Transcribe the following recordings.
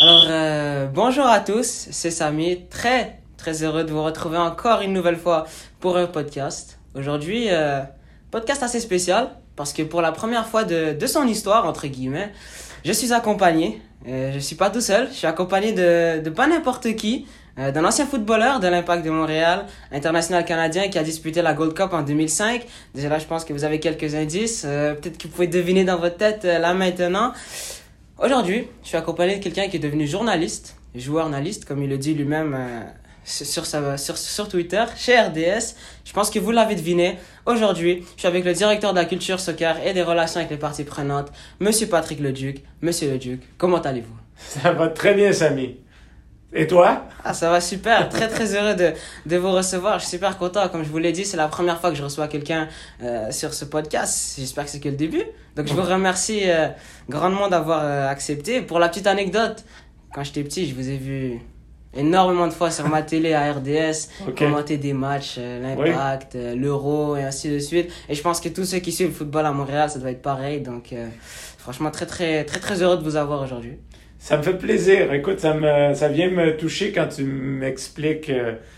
Bonjour à tous, c'est Samy, très heureux de vous retrouver encore une nouvelle fois pour un podcast. Aujourd'hui, podcast assez spécial, parce que pour la première fois de son histoire, entre guillemets, je suis accompagné, je suis pas tout seul, je suis accompagné de pas n'importe qui, d'un ancien footballeur de l'Impact de Montréal, international canadien qui a disputé la Gold Cup en 2005. Déjà là, je pense que vous avez quelques indices, peut-être que vous pouvez deviner dans votre tête là maintenant. Aujourd'hui, je suis accompagné de quelqu'un qui est devenu joueur-analyste, comme il le dit lui-même sur Twitter, chez RDS. Je pense que vous l'avez deviné. Aujourd'hui, je suis avec le directeur de la culture soccer et des relations avec les parties prenantes, Monsieur Patrick Leduc. Monsieur Leduc, comment allez-vous? Ça va très bien, Samy. Et toi? Ça va super. Très heureux de vous recevoir. Je suis super content. Comme je vous l'ai dit, c'est la première fois que je reçois quelqu'un sur ce podcast. J'espère que c'est que le début. Donc, je vous remercie grandement d'avoir accepté. Pour la petite anecdote, quand j'étais petit, je vous ai vu énormément de fois sur ma télé à RDS, commenter des matchs, l'Impact, l'Euro et ainsi de suite. Et je pense que tous ceux qui suivent le football à Montréal, ça doit être pareil. Donc, franchement, très heureux de vous avoir aujourd'hui. Ça me fait plaisir. Écoute, ça vient me toucher quand tu m'expliques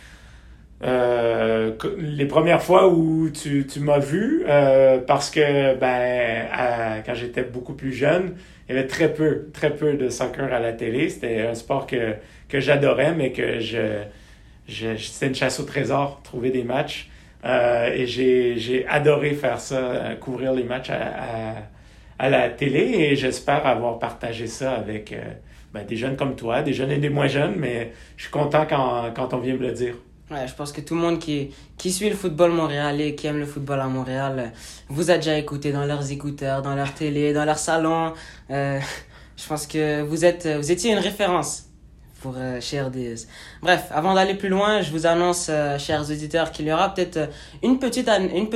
les premières fois où tu m'as vu, parce que quand j'étais beaucoup plus jeune, il y avait très peu de soccer à la télé. C'était un sport que j'adorais, mais que c'était une chasse au trésor, trouver des matchs. Et j'ai adoré faire ça, couvrir les matchs à la télé, et j'espère avoir partagé ça avec des jeunes comme toi, des jeunes et des moins jeunes, mais je suis content quand on vient me le dire. Ouais, je pense que tout le monde qui suit le football montréalais, qui aime le football à Montréal, vous a déjà écouté dans leurs écouteurs, dans leur télé, dans leur salon. Je pense que vous étiez une référence pour chez RDS. Bref, avant d'aller plus loin, je vous annonce, chers auditeurs, qu'il y aura peut-être une petite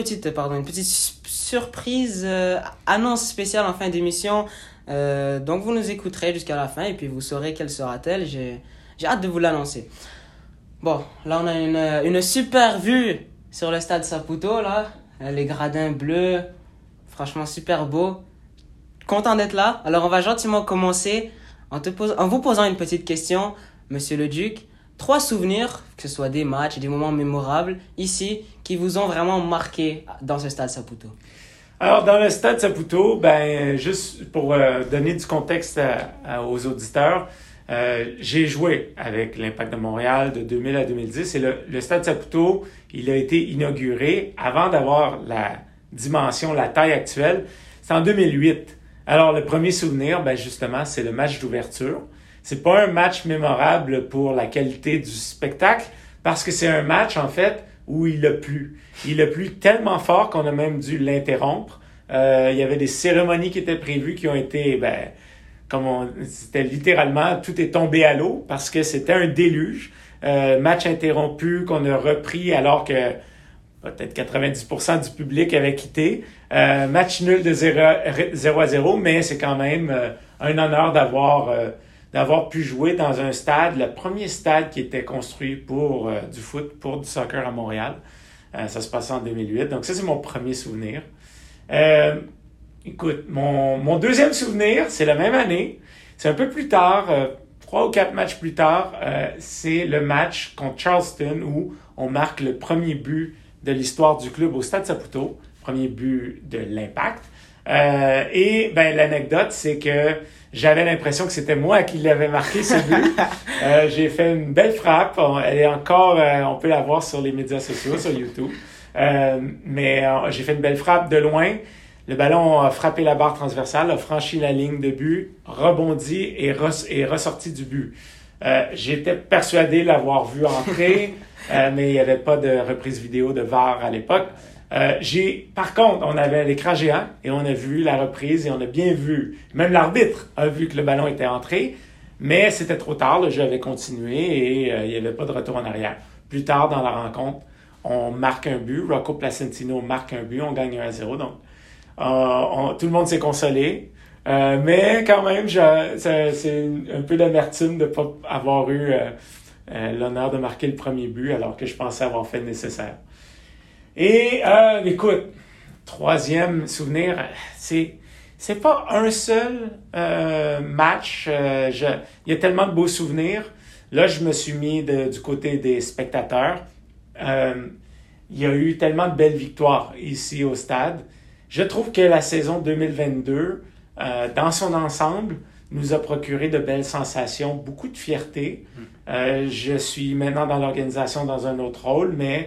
surprise, annonce spéciale en fin d'émission. Donc vous nous écouterez jusqu'à la fin et puis vous saurez quelle sera-t-elle. J'ai hâte de vous l'annoncer. Bon, là on a une super vue sur le stade Saputo, là. Les gradins bleus, franchement super beau. Content d'être là. Alors on va gentiment commencer en vous posant une petite question, Monsieur Leduc. 3 souvenirs, que ce soit des matchs, des moments mémorables, ici, qui vous ont vraiment marqué dans ce stade Saputo. Alors, dans le stade Saputo, juste pour donner du contexte aux auditeurs, j'ai joué avec l'Impact de Montréal de 2000 à 2010, et le stade Saputo, il a été inauguré avant d'avoir la dimension, la taille actuelle. C'est en 2008. Alors, le premier souvenir, justement, c'est le match d'ouverture. C'est pas un match mémorable pour la qualité du spectacle, parce que c'est un match, en fait, où il a plu. Il a plu tellement fort qu'on a même dû l'interrompre. Il y avait des cérémonies qui étaient prévues, qui ont été, c'était littéralement, tout est tombé à l'eau, parce que c'était un déluge. Match interrompu, qu'on a repris alors que peut-être 90% du public avait quitté. Match nul de 0-0, mais c'est quand même un honneur d'avoir pu jouer dans un stade, le premier stade qui était construit pour du foot, pour du soccer à Montréal. Ça se passait en 2008. Donc ça, c'est mon premier souvenir. Écoute, mon deuxième souvenir, c'est la même année. C'est un peu plus tard, 3 ou 4 matchs plus tard. C'est le match contre Charleston où on marque le premier but de l'histoire du club au Stade Saputo, premier but de l'Impact. L'anecdote, c'est que j'avais l'impression que c'était moi qui l'avais marqué, ce but. J'ai fait une belle frappe. Elle est encore, on peut la voir sur les médias sociaux, sur YouTube. J'ai fait une belle frappe de loin. Le ballon a frappé la barre transversale, a franchi la ligne de but, rebondi et ressorti du but. J'étais persuadé l'avoir vu entrer, mais il n'y avait pas de reprise vidéo de VAR à l'époque. Par contre, on avait l'écran géant et on a vu la reprise et on a bien vu, même l'arbitre a vu que le ballon était entré, mais c'était trop tard, le jeu avait continué et il n'y avait pas de retour en arrière. Plus tard dans la rencontre, on marque un but, Rocco Placentino marque un but, on gagne 1-0, donc tout le monde s'est consolé. Mais quand même, c'est un peu d'amertume de ne pas avoir eu l'honneur de marquer le premier but alors que je pensais avoir fait le nécessaire. Et écoute, troisième souvenir, c'est c'est pas un seul match. Il y a tellement de beaux souvenirs. Là, je me suis mis du côté des spectateurs. Il y a eu tellement de belles victoires ici au stade. Je trouve que la saison 2022, dans son ensemble, nous a procuré de belles sensations, beaucoup de fierté. Je suis maintenant dans l'organisation dans un autre rôle, mais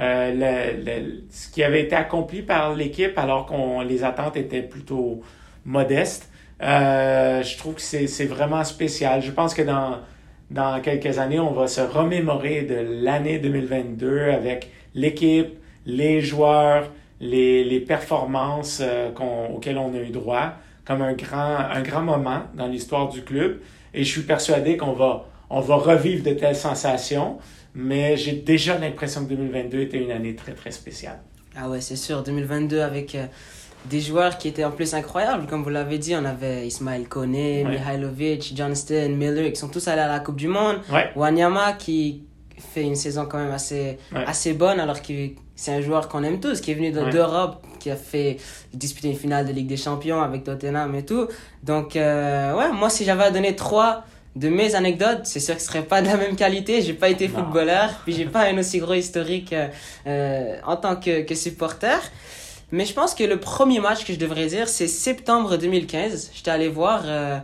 ce qui avait été accompli par l'équipe alors que les attentes étaient plutôt modestes, je trouve que c'est vraiment spécial. Je pense que dans quelques années, on va se remémorer de l'année 2022 avec l'équipe, les joueurs, les performances auxquelles on a eu droit, comme un grand moment dans l'histoire du club. Et je suis persuadé qu'on va revivre de telles sensations, mais j'ai déjà l'impression que 2022 était une année très, très spéciale. Ah ouais, c'est sûr. 2022 avec des joueurs qui étaient en plus incroyables. Comme vous l'avez dit, on avait Ismail Koné, Mihailovic, Johnston, Miller, qui sont tous allés à la Coupe du Monde. Wanyama qui fait une saison quand même assez bonne, alors que c'est un joueur qu'on aime tous, qui est venu d'Europe, qui a disputé une finale de Ligue des Champions avec Tottenham et tout. Donc, moi, si j'avais à donner 3 de mes anecdotes, c'est sûr que ce serait pas de la même qualité. J'ai pas été footballeur, puis j'ai pas un aussi gros historique en tant que supporter. Mais je pense que le premier match que je devrais dire, c'est septembre 2015. J'étais allé voir...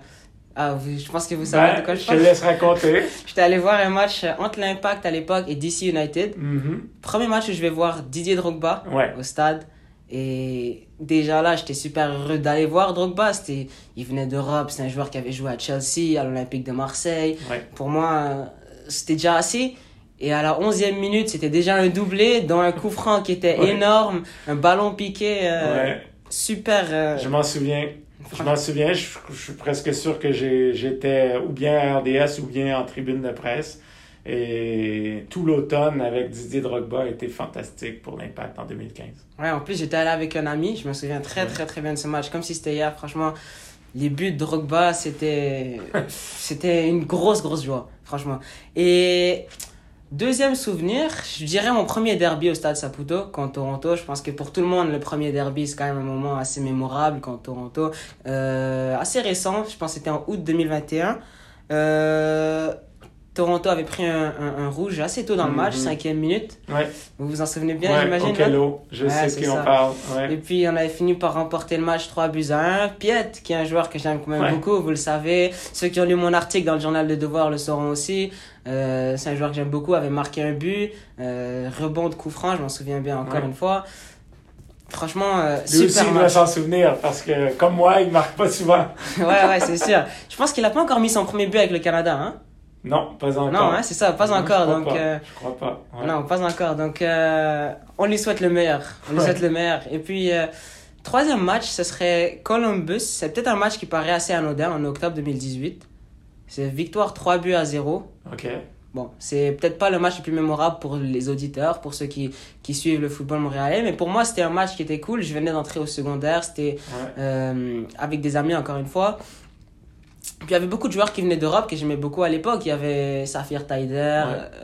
je pense que vous savez de quoi je parle. Je te laisse raconter. J'étais allé voir un match entre l'Impact à l'époque et DC United. Premier match où je vais voir Didier Drogba au stade. Et déjà là, j'étais super heureux d'aller voir Drogba. Il venait d'Europe, c'est un joueur qui avait joué à Chelsea, à l'Olympique de Marseille. Pour moi, c'était déjà assez. Et à la 11e minute, c'était déjà un doublé, dont un coup franc qui était énorme, un ballon piqué, super... Je m'en souviens. Je suis presque sûr que j'étais ou bien à RDS ou bien en tribune de presse. Et tout l'automne avec Didier Drogba a été fantastique pour l'Impact en 2015. Ouais, en plus, j'étais allé avec un ami. Je me souviens très, très, très bien de ce match. Comme si c'était hier. Franchement, les buts de Drogba, c'était une grosse, grosse joie. Franchement. Et deuxième souvenir, je dirais mon premier derby au Stade Saputo contre Toronto. Je pense que pour tout le monde, le premier derby, c'est quand même un moment assez mémorable contre Toronto. Assez récent, je pense que c'était en août 2021. Toronto avait pris un rouge assez tôt dans le match, 5e minute. Vous vous en souvenez bien, j'imagine? Je sais ce qu'on parle. Et puis, on avait fini par remporter le match 3-1. Piet, qui est un joueur que j'aime quand même beaucoup, vous le savez. Ceux qui ont lu mon article dans le journal de Devoir le sauront aussi. C'est un joueur que j'aime beaucoup, avait marqué un but. Rebond de coup franc, je m'en souviens bien encore une fois. Franchement, lui super aussi, il match. doit s'en souvenir parce que, comme moi, il marque pas souvent. ouais, c'est sûr. Je pense qu'il a pas encore mis son premier but avec le Canada, hein? Non, pas encore. Non, c'est ça, pas encore. Je crois pas. Non, pas encore. Donc, on lui souhaite le meilleur. Et puis, troisième match, ce serait Columbus. C'est peut-être un match qui paraît assez anodin en octobre 2018. C'est victoire 3-0. OK. Bon, c'est peut-être pas le match le plus mémorable pour les auditeurs, pour ceux qui suivent le football montréalais, mais pour moi, c'était un match qui était cool. Je venais d'entrer au secondaire, c'était avec des amis, encore une fois. Puis il y avait beaucoup de joueurs qui venaient d'Europe que j'aimais beaucoup à l'époque. Il y avait Safir Taider,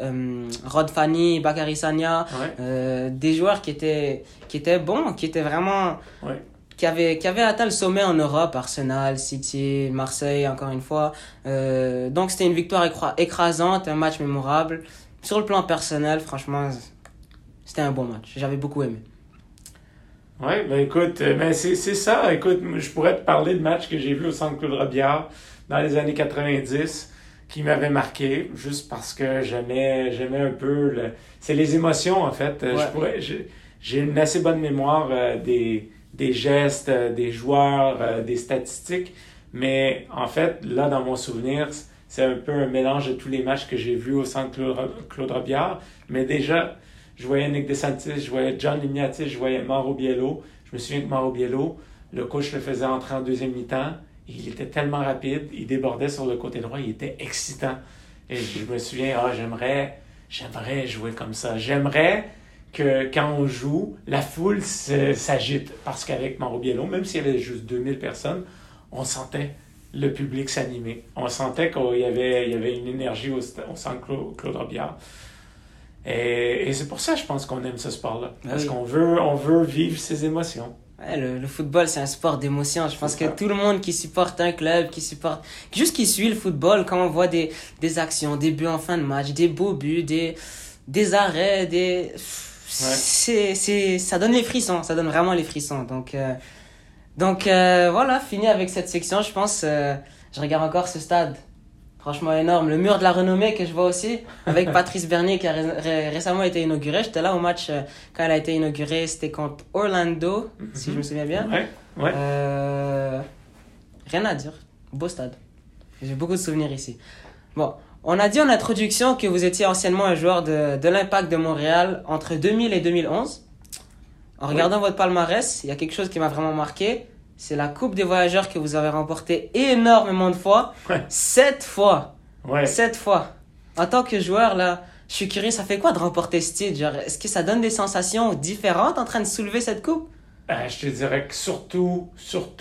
Rod Fanny, Bakary Sagna, des joueurs qui étaient bons, qui étaient vraiment... Qui avaient atteint le sommet en Europe, Arsenal, City, Marseille, encore une fois. Donc c'était une victoire écrasante, un match mémorable. Sur le plan personnel, franchement, c'était un bon match. J'avais beaucoup aimé. Oui, écoute, c'est ça. Écoute, je pourrais te parler de matchs que j'ai vus au Centre Claude Robillard dans les années 90 qui m'avaient marqué, juste parce que j'aimais un peu... C'est les émotions, en fait. J'ai une assez bonne mémoire des gestes, des joueurs, des statistiques, mais en fait, là, dans mon souvenir, c'est un peu un mélange de tous les matchs que j'ai vus au Centre Claude Robillard, mais déjà... Je voyais Nick DeSantis, je voyais John Lignatis, je voyais Mauro Biello. Je me souviens que Mauro Biello, le coach le faisait entrer en deuxième mi-temps. Il était tellement rapide, il débordait sur le côté droit, il était excitant. Et je me souviens, j'aimerais jouer comme ça. J'aimerais que quand on joue, la foule s'agite. Parce qu'avec Mauro Biello, même s'il y avait juste 2000 personnes, on sentait le public s'animer. On sentait qu'il y avait une énergie au Centre Claude Robillard. Et c'est pour ça, je pense qu'on aime ce sport-là. Parce qu'on veut vivre ces émotions. Ouais, le football, c'est un sport d'émotion. Je pense que tout le monde qui supporte un club, qui suit le football, quand on voit des actions, des buts en fin de match, des beaux buts, des arrêts, ça donne les frissons, ça donne vraiment les frissons. Donc voilà, fini avec cette section, je pense. Je regarde encore ce stade. Franchement énorme. Le mur de la renommée que je vois aussi, avec Patrice Bernier qui a récemment été inauguré. J'étais là au match quand elle a été inaugurée. C'était contre Orlando, si je me souviens bien. Ouais. Rien à dire. Beau stade. J'ai beaucoup de souvenirs ici. Bon, on a dit en introduction que vous étiez anciennement un joueur de l'Impact de Montréal entre 2000 et 2011. En regardant votre palmarès, il y a quelque chose qui m'a vraiment marqué. C'est la Coupe des Voyageurs que vous avez remportée énormément de fois. Ouais. 7 fois. Ouais. 7 fois. En tant que joueur, là, je suis curieux, ça fait quoi de remporter ce titre? Genre, est-ce que ça donne des sensations différentes en train de soulever cette coupe? Je te dirais que surtout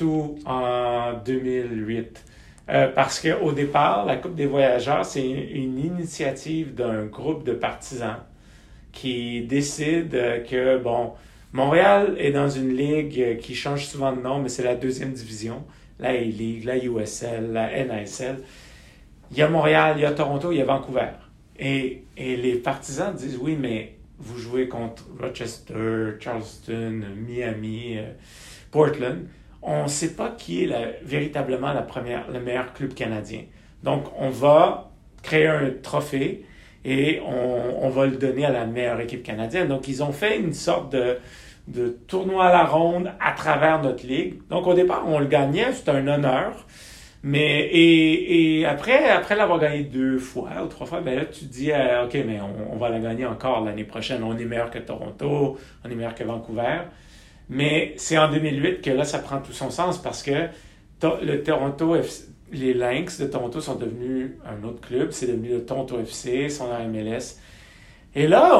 en 2008. Parce qu'au départ, la Coupe des Voyageurs, c'est une initiative d'un groupe de partisans qui décide que, bon, Montréal est dans une ligue qui change souvent de nom, mais c'est la deuxième division, la A-League, la USL, la NASL. Il y a Montréal, il y a Toronto, il y a Vancouver. Et les partisans disent, oui, mais vous jouez contre Rochester, Charleston, Miami, Portland. On ne sait pas qui est véritablement le meilleur club canadien. Donc, on va créer un trophée et on va le donner à la meilleure équipe canadienne. Donc, ils ont fait une sorte de tournoi à la ronde à travers notre ligue. Donc, au départ, on le gagnait, c'était un honneur. Mais, et après l'avoir gagné 2 fois ou 3 fois, ben là, tu te dis, OK, mais on va la gagner encore l'année prochaine. On est meilleur que Toronto, on est meilleur que Vancouver. Mais c'est en 2008 que là, ça prend tout son sens parce que le Toronto FC, les Lynx de Toronto sont devenus un autre club. C'est devenu le Toronto FC, sont dans la MLS. Et là,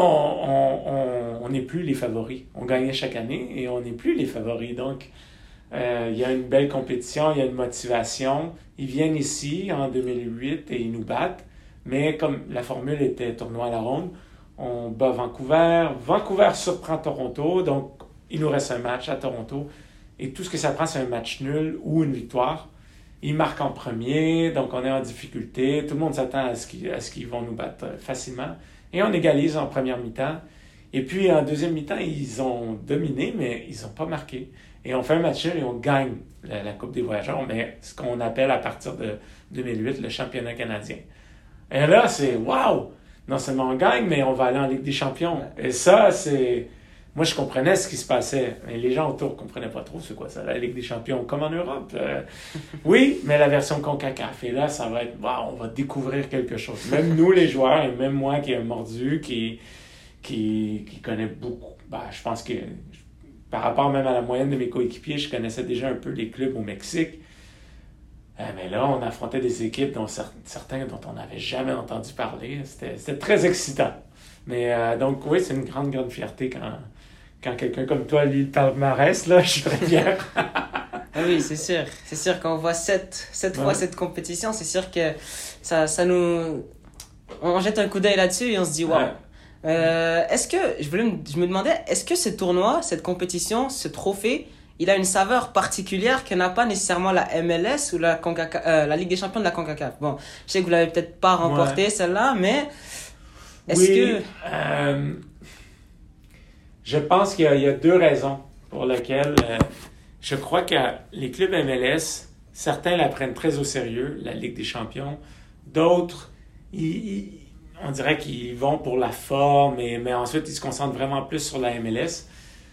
on n'est plus les favoris. On gagnait chaque année et on n'est plus les favoris. Donc, il y a une belle compétition, il y a une motivation. Ils viennent ici en 2008 et ils nous battent. Mais comme la formule était tournoi à la ronde, on bat Vancouver. Vancouver surprend Toronto. Donc, il nous reste un match à Toronto. Et tout ce que ça prend, c'est un match nul ou une victoire. Ils marquent en premier, donc on est en difficulté. Tout le monde s'attend à ce qu'ils vont nous battre facilement. Et on égalise en première mi-temps. Et puis, en deuxième mi-temps, ils ont dominé, mais ils n'ont pas marqué. Et on fait un match nul et on gagne la Coupe des Voyageurs, mais ce qu'on appelle à partir de 2008 le championnat canadien. Et là, c'est « wow! » Non seulement on gagne, mais on va aller en Ligue des champions. Et ça, c'est... Moi, je comprenais ce qui se passait, mais les gens autour ne comprenaient pas trop c'est quoi ça, la Ligue des champions, comme en Europe. Oui, mais la version CONCACAF. Et là, ça va être, wow, on va découvrir quelque chose. Même nous, les joueurs, et même moi qui ai mordu, qui connaît beaucoup, je pense que par rapport même à la moyenne de mes coéquipiers, je connaissais déjà un peu les clubs au Mexique. Mais là, on affrontait des équipes dont certains dont on n'avait jamais entendu parler. C'était très excitant. Mais donc, oui, c'est une grande, grande fierté quand quelqu'un comme toi lit le palmarès, là, je suis très fier. Ah oui, c'est sûr. C'est sûr, quand on voit 7 fois cette compétition, c'est sûr que ça nous... On jette un coup d'œil là-dessus et on se dit, waouh. Est-ce que, je me demandais, est-ce que ce tournoi, cette compétition, ce trophée, il a une saveur particulière que n'a pas nécessairement la MLS ou la Ligue des champions de la CONCACAF? Bon, je sais que vous l'avez peut-être pas remporté, celle-là, mais est-ce que... Je pense qu'il y a 2 raisons pour lesquelles je crois que les clubs MLS, certains la prennent très au sérieux, la Ligue des champions. D'autres, on dirait qu'ils vont pour la forme, mais ensuite, ils se concentrent vraiment plus sur la MLS.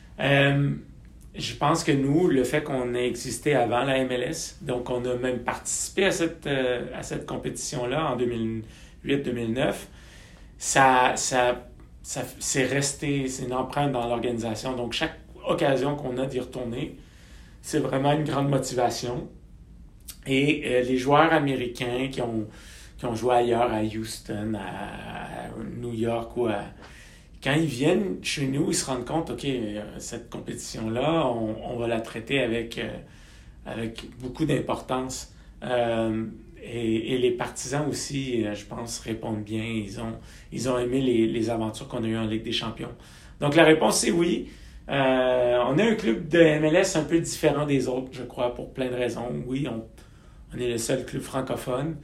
Je pense que nous, le fait qu'on ait existé avant la MLS, donc on a même participé à cette compétition-là en 2008-2009, ça c'est resté, c'est une empreinte dans l'organisation. Donc, chaque occasion qu'on a d'y retourner, c'est vraiment une grande motivation. Et les joueurs américains qui ont joué ailleurs, à Houston, à New York, quand ils viennent chez nous, ils se rendent compte, OK, cette compétition-là, on va la traiter avec beaucoup d'importance. Et les partisans aussi, je pense, répondent bien. Ils ont aimé les aventures qu'on a eues en Ligue des champions. Donc, la réponse, c'est oui. On est un club de MLS un peu différent des autres, je crois, pour plein de raisons. Oui, on est le seul club francophone.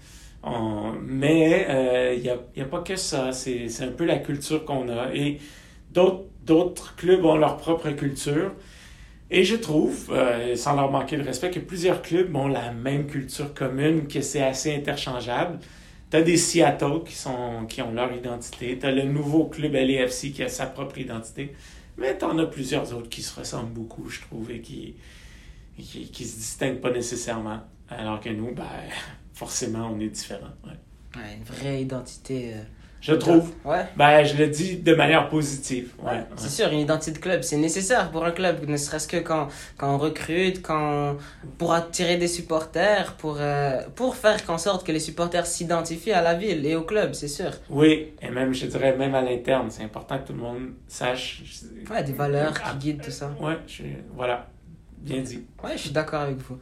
Mais il y a pas que ça. C'est un peu la culture qu'on a. Et d'autres clubs ont leur propre culture. Et je trouve, sans leur manquer de respect, que plusieurs clubs ont la même culture commune, que c'est assez interchangeable. Tu as des Seattle qui ont leur identité. Tu as le nouveau club LAFC qui a sa propre identité. Mais tu en as plusieurs autres qui se ressemblent beaucoup, je trouve, et qui se distinguent pas nécessairement. Alors que nous, forcément, on est différents. Ouais. Ouais, une vraie identité. Je trouve. Ouais. Je le dis de manière positive. Ouais. C'est sûr, une identité de club, c'est nécessaire pour un club, ne serait-ce que quand on recrute, pour attirer des supporters, pour faire en sorte que les supporters s'identifient à la ville et au club, c'est sûr. Oui, et même, je dirais, même à l'interne, c'est important que tout le monde sache. Ouais, des valeurs qui guident tout ça. Ouais, voilà, bien dit. Ouais, je suis d'accord avec vous.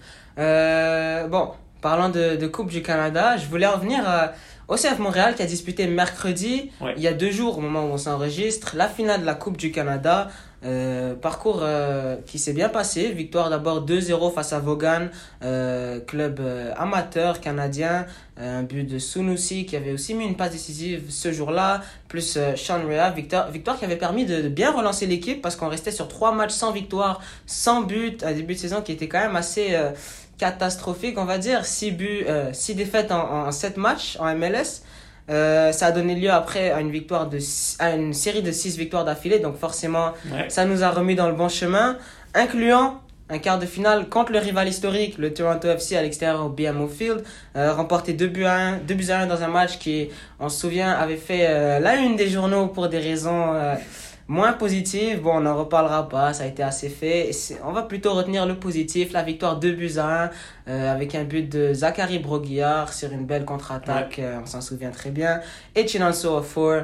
Bon, parlant de Coupe du Canada, je voulais revenir au CF Montréal qui a disputé mercredi, il y a 2 jours au moment où on s'enregistre, la finale de la Coupe du Canada. Parcours qui s'est bien passé. Victoire d'abord 2-0 face à Vaughan, club amateur canadien. Un but de Sunusi qui avait aussi mis une passe décisive ce jour-là, plus Sean Rea. Victoire qui avait permis de bien relancer l'équipe parce qu'on restait sur 3 matchs sans victoire, sans but, un début de saison qui était quand même assez catastrophique, on va dire. 6 défaites en 7 matchs en MLS. Ça a donné lieu après à une série de 6 victoires d'affilée, donc forcément ça nous a remis dans le bon chemin, incluant un quart de finale contre le rival historique, le Toronto FC à l'extérieur au BMO Field, remporté 2-1 dans un match qui, on se souvient, avait fait la une des journaux pour des raisons moins positives. Bon, on n'en reparlera pas, ça a été assez fait. On va plutôt retenir le positif, la victoire 2-1 avec un but de Zachary Broguillard sur une belle contre-attaque, on s'en souvient très bien. Et Chinonso Ofor,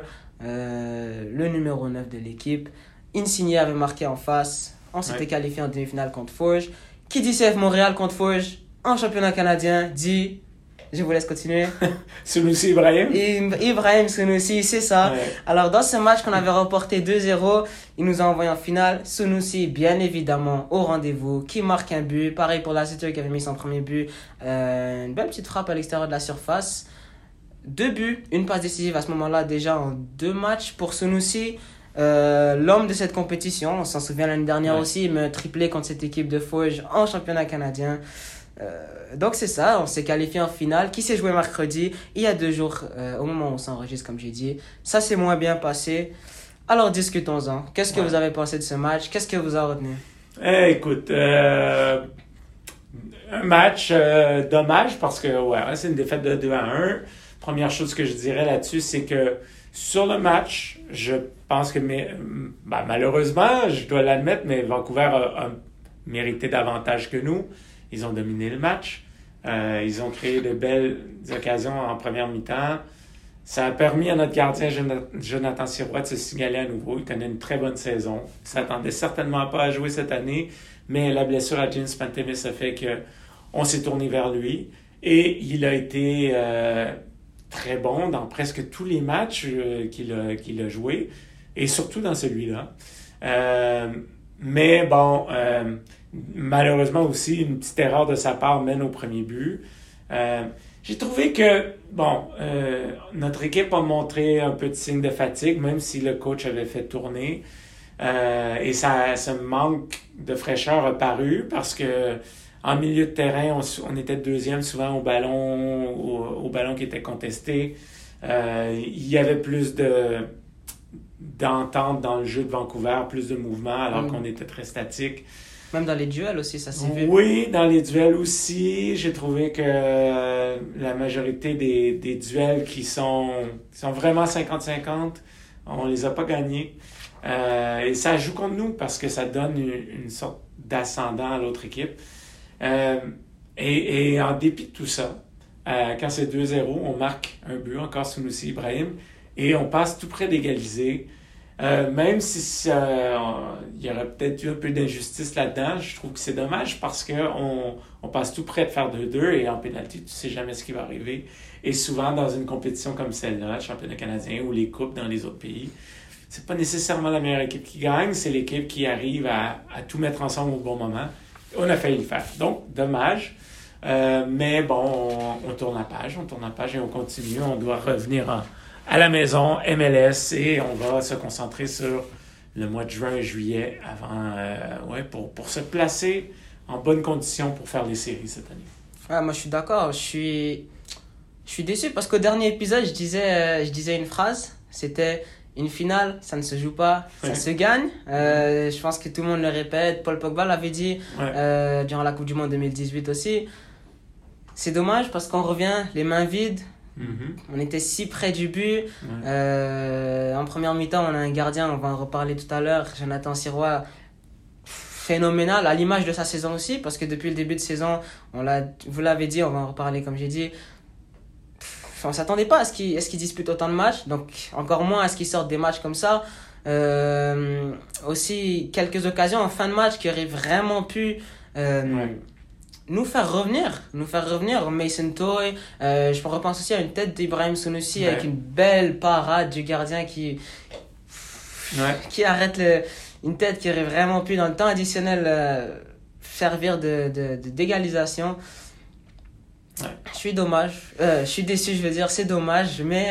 le numéro 9 de l'équipe. Insigne avait marqué en face. On s'était qualifié en demi-finale contre Forge. Qui dit CF Montréal contre Forge en championnat canadien dit... Je vous laisse continuer. Sunusi Ibrahim. Ibrahim Sunusi, c'est ça. Ouais. Alors, dans ce match qu'on avait remporté 2-0, il nous a envoyé en finale. Sunusi, bien évidemment, au rendez-vous, qui marque un but. Pareil pour Lassiter qui avait mis son premier but. Une belle petite frappe à l'extérieur de la surface. 2 buts, une passe décisive à ce moment-là, déjà en 2 matchs pour Sunusi. L'homme de cette compétition, on s'en souvient l'année dernière aussi, il me triplé contre cette équipe de Forge en championnat canadien. Donc c'est ça, on s'est qualifié en finale qui s'est joué mercredi, il y a 2 jours au moment où on s'enregistre comme j'ai dit. Ça s'est moins bien passé, alors discutons-en. Qu'est-ce que vous avez pensé de ce match? Qu'est-ce que vous avez retenu? Écoute, un match dommage parce que c'est une défaite de 2-1. Première chose que je dirais là-dessus, c'est que sur le match, je pense que malheureusement, je dois l'admettre, mais Vancouver a mérité davantage que nous. Ils ont dominé le match. Ils ont créé de belles occasions en première mi-temps. Ça a permis à notre gardien Jonathan Sirois de se signaler à nouveau. Il connaît une très bonne saison. Il ne s'attendait certainement pas à jouer cette année, mais la blessure à James Pantemis a fait qu'on s'est tourné vers lui. Et il a été très bon dans presque tous les matchs qu'il a joué, et surtout dans celui-là. Mais bon... malheureusement aussi, une petite erreur de sa part mène au premier but. J'ai trouvé que, notre équipe a montré un peu de signe de fatigue, même si le coach avait fait tourner. Et ce manque de fraîcheur a paru parce que en milieu de terrain, on était deuxième souvent au ballon qui était contesté. Il y avait plus d'entente dans le jeu de Vancouver, plus de mouvement, alors qu'on était très statique. Même dans les duels aussi, ça s'est vu. Oui, dans les duels aussi. J'ai trouvé que la majorité des duels qui sont vraiment 50-50, on les a pas gagnés. Et ça joue contre nous parce que ça donne une sorte d'ascendant à l'autre équipe. Et en dépit de tout ça, quand c'est 2-0, on marque un but, encore Sunusi Ibrahim, et on passe tout près d'égaliser. Même si il y aurait peut-être eu un peu d'injustice là-dedans, je trouve que c'est dommage parce qu'on passe tout près de faire 2-2 et en pénalty, tu sais jamais ce qui va arriver. Et souvent, dans une compétition comme celle-là, le championnat canadien ou les coupes dans les autres pays, c'est pas nécessairement la meilleure équipe qui gagne, c'est l'équipe qui arrive à tout mettre ensemble au bon moment. On a failli le faire. Donc, dommage. Mais bon, on tourne la page et on continue. On doit revenir à la maison, MLS, et on va se concentrer sur le mois de juin et juillet pour se placer en bonne condition pour faire les séries cette année. Ouais, moi je suis d'accord. Je suis déçu parce qu'au dernier épisode, je disais une phrase. C'était une finale, ça ne se joue pas, ça se gagne. Je pense que tout le monde le répète. Paul Pogba l'avait dit durant la Coupe du Monde 2018 aussi. C'est dommage parce qu'on revient les mains vides. On était si près du but. En première mi-temps, on a un gardien, on va en reparler tout à l'heure, Jonathan Sirois, phénoménal, à l'image de sa saison aussi, parce que depuis le début de saison, vous l'avez dit, on va en reparler comme j'ai dit, on ne s'attendait pas à ce qu'il dispute autant de matchs, donc encore moins à ce qu'il sorte des matchs comme ça. Aussi, quelques occasions en fin de match qui auraient vraiment pu nous faire revenir. Mason Toye, je repense aussi à une tête d'Ibrahim Sounousi avec une belle parade du gardien qui arrête une tête qui aurait vraiment pu dans le temps additionnel servir d'égalisation. Je suis déçu, c'est dommage, mais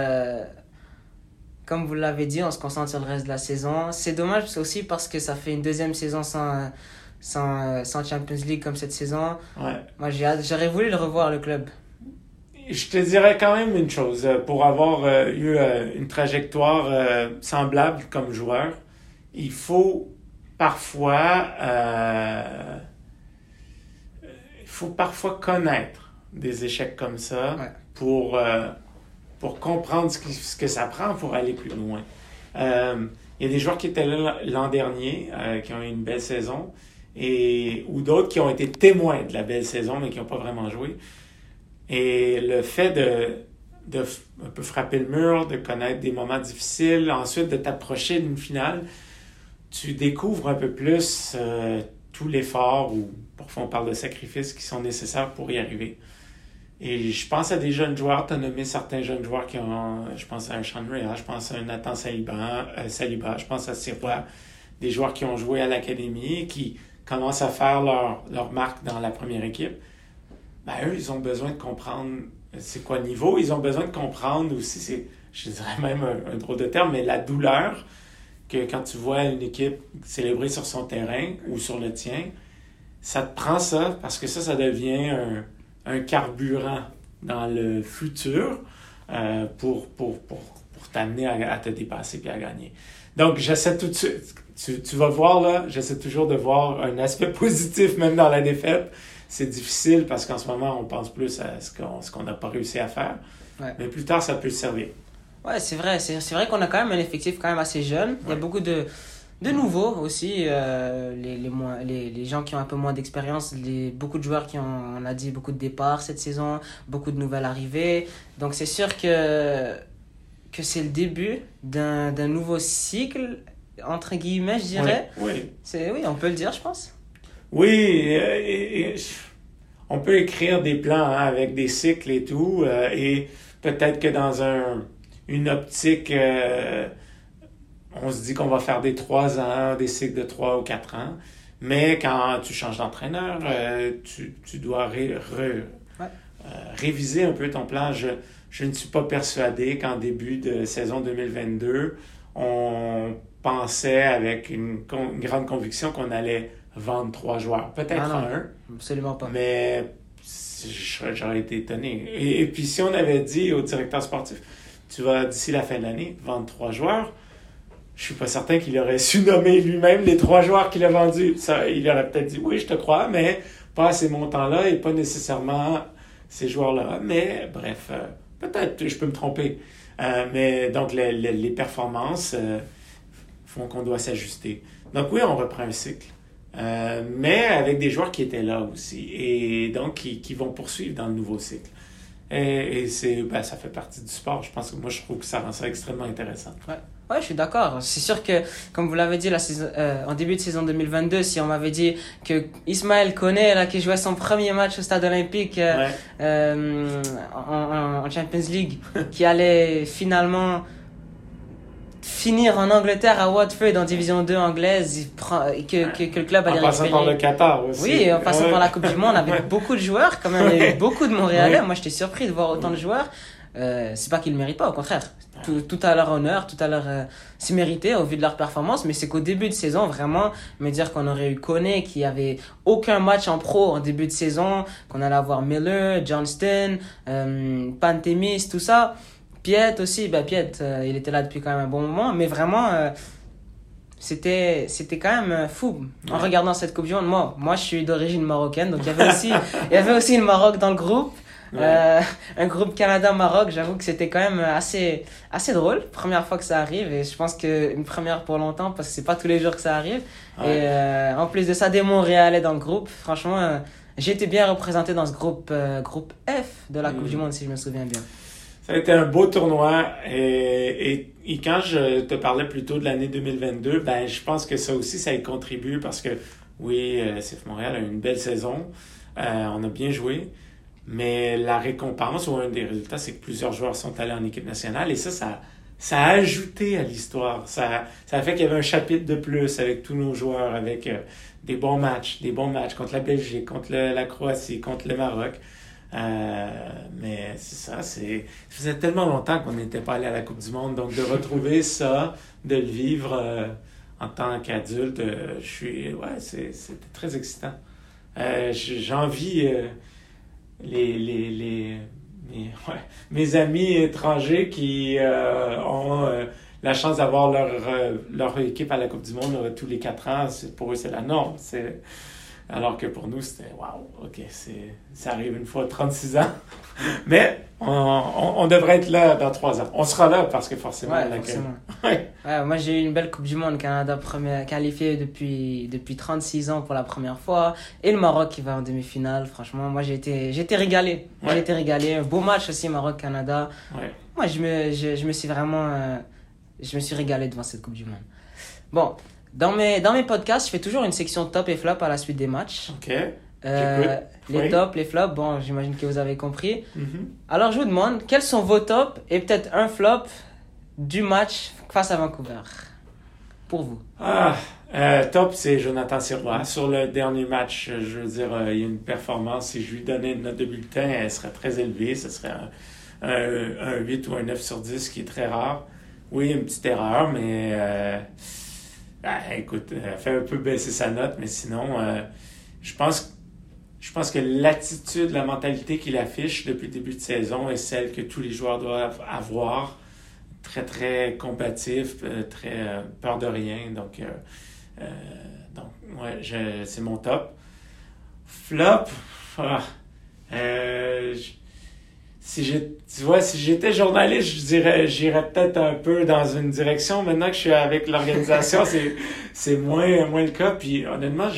comme vous l'avez dit, on se concentre sur le reste de la saison. C'est dommage aussi parce que ça fait une deuxième saison sans Champions League comme cette saison. Moi, j'aurais voulu le revoir, le club. Je te dirais quand même une chose. Pour avoir eu une trajectoire semblable comme joueur, il faut parfois connaître des échecs comme ça pour comprendre ce que ça prend pour aller plus loin. Il y a des joueurs qui étaient là l'an dernier, qui ont eu une belle saison, ou d'autres qui ont été témoins de la belle saison, mais qui n'ont pas vraiment joué. Et le fait de un peu frapper le mur, de connaître des moments difficiles, ensuite de t'approcher d'une finale, tu découvres un peu plus tout l'effort, ou parfois on parle de sacrifices qui sont nécessaires pour y arriver. Et je pense à des jeunes joueurs, tu as nommé certains jeunes joueurs je pense à un Sean Rea, je pense à un Nathan Saliba, je pense à Sirois, des joueurs qui ont joué à l'académie, qui commencent à faire leur marque dans la première équipe. Eux, ils ont besoin de comprendre c'est quoi le niveau, ils ont besoin de comprendre aussi, je dirais même un drôle de terme, mais la douleur que quand tu vois une équipe célébrer sur son terrain ou sur le tien, ça te prend ça, parce que ça devient un carburant dans le futur pour t'amener à te dépasser et à gagner. Donc, j'essaie tout de suite, tu vas voir là, j'essaie toujours de voir un aspect positif même dans la défaite. C'est difficile parce qu'en ce moment, on pense plus à ce qu'on n'a pas réussi à faire. Mais plus tard, ça peut servir. Ouais, c'est vrai. C'est vrai qu'on a quand même un effectif quand même assez jeune. Il y a beaucoup de nouveaux aussi. Les gens qui ont un peu moins d'expérience. Beaucoup de joueurs on a dit, beaucoup de départs cette saison. Beaucoup de nouvelles arrivées. Donc, c'est sûr que c'est le début d'un nouveau cycle, entre guillemets, je dirais. Oui, on peut le dire, je pense. Oui, on peut écrire des plans avec des cycles et tout, et peut-être que dans une optique, on se dit qu'on va faire des 3 ans, des cycles de 3 ou 4 ans, mais quand tu changes d'entraîneur, tu dois réviser un peu ton plan. Je ne suis pas persuadé qu'en début de saison 2022, on pensait avec une grande conviction qu'on allait vendre 3 joueurs. Peut-être un. Absolument pas. Mais j'aurais été étonné. Et puis si on avait dit au directeur sportif, tu vas d'ici la fin de l'année vendre 3 joueurs, je suis pas certain qu'il aurait su nommer lui-même les 3 joueurs qu'il a vendus. Ça, il aurait peut-être dit oui, je te crois, mais pas à ces montants-là et pas nécessairement ces joueurs-là. Mais bref, peut-être je peux me tromper. Mais donc les performances font qu'on doit s'ajuster. Donc oui, on reprend un cycle. Mais avec des joueurs qui étaient là aussi et donc qui vont poursuivre dans le nouveau cycle. Et ça fait partie du sport. Je pense que moi, je trouve que ça rend ça extrêmement intéressant. Ouais, je suis d'accord. C'est sûr que, comme vous l'avez dit, en début de saison 2022, si on m'avait dit que Ismaël Koné, qui jouait son premier match au Stade Olympique en Champions League, qui allait finalement finir en Angleterre à Watford en division 2 anglaise, que le club allait récupérer. En passant par le Qatar aussi. Oui, en passant par la Coupe du Monde avec beaucoup de joueurs, quand même, il y a eu beaucoup de Montréalais. Moi, j'étais surpris de voir autant de joueurs. C'est pas qu'ils le méritent pas, au contraire. Tout à leur honneur, tout à leur... c'est mérité au vu de leur performance, mais c'est qu'au début de saison, vraiment, me dire qu'on aurait eu Koné, qui avait aucun match en pro en début de saison, qu'on allait avoir Miller, Johnston, Pantemis, tout ça. Piet aussi, Piet, il était là depuis quand même un bon moment, mais vraiment, c'était quand même fou en regardant cette Coupe du Monde. Moi, je suis d'origine marocaine, donc il y avait aussi le Maroc dans le groupe. Un groupe Canada-Maroc, j'avoue que c'était quand même assez drôle, première fois que ça arrive, et je pense qu'une première pour longtemps parce que c'est pas tous les jours que ça arrive. Et en plus de ça, des Montréalais dans le groupe, franchement, j'ai été bien représenté dans ce groupe F de la Coupe du Monde, si je me souviens bien. Ça a été un beau tournoi, et quand je te parlais plus tôt de l'année 2022, je pense que ça aussi, ça y contribue parce que oui, CF Montréal a eu une belle saison, on a bien joué. Mais la récompense ou un des résultats, c'est que plusieurs joueurs sont allés en équipe nationale, et ça a ajouté à l'histoire. Ça a fait qu'il y avait un chapitre de plus avec tous nos joueurs, avec des bons matchs contre la Belgique, contre la Croatie, contre le Maroc. Mais c'est ça, ça faisait tellement longtemps qu'on n'était pas allé à la Coupe du Monde, donc de retrouver ça, de le vivre en tant qu'adulte, c'était très excitant. J'envie... mes amis étrangers qui ont la chance d'avoir leur équipe à la Coupe du Monde tous les 4 ans, pour eux c'est la norme. Alors que pour nous c'était wow, ok, ça arrive une fois 36 ans. Mais on devrait être là dans 3 ans. On sera là parce que forcément on l'accueille. Moi j'ai eu une belle Coupe du Monde, Canada qualifié depuis 36 ans pour la première fois, et le Maroc qui va en demi-finale. Franchement, moi j'ai été régalé. J'ai été régalé. Un beau match aussi, Maroc-Canada. Moi je me suis vraiment je me suis régalé devant cette Coupe du Monde. Bon, dans mes podcasts, je fais toujours une section top et flop à la suite des matchs. OK. Les tops, les flops, bon, j'imagine que vous avez compris. Alors, je vous demande, quels sont vos tops et peut-être un flop du match face à Vancouver, pour vous? Top, c'est Jonathan Sirois. Sur le dernier match, je veux dire, il y a une performance. Si je lui donnais une note de bulletin, elle serait très élevée. Ce serait un 8 ou un 9 sur 10, qui est très rare. Oui, une petite erreur, mais écoute, elle fait un peu baisser sa note, mais sinon, je pense que l'attitude, la mentalité qu'il affiche depuis le début de saison est celle que tous les joueurs doivent avoir. Très, très combatif, très peur de rien. Donc c'est mon top. Flop, si j'étais journaliste, j'irais peut-être un peu dans une direction. Maintenant que je suis avec l'organisation, c'est moins le cas. Puis honnêtement,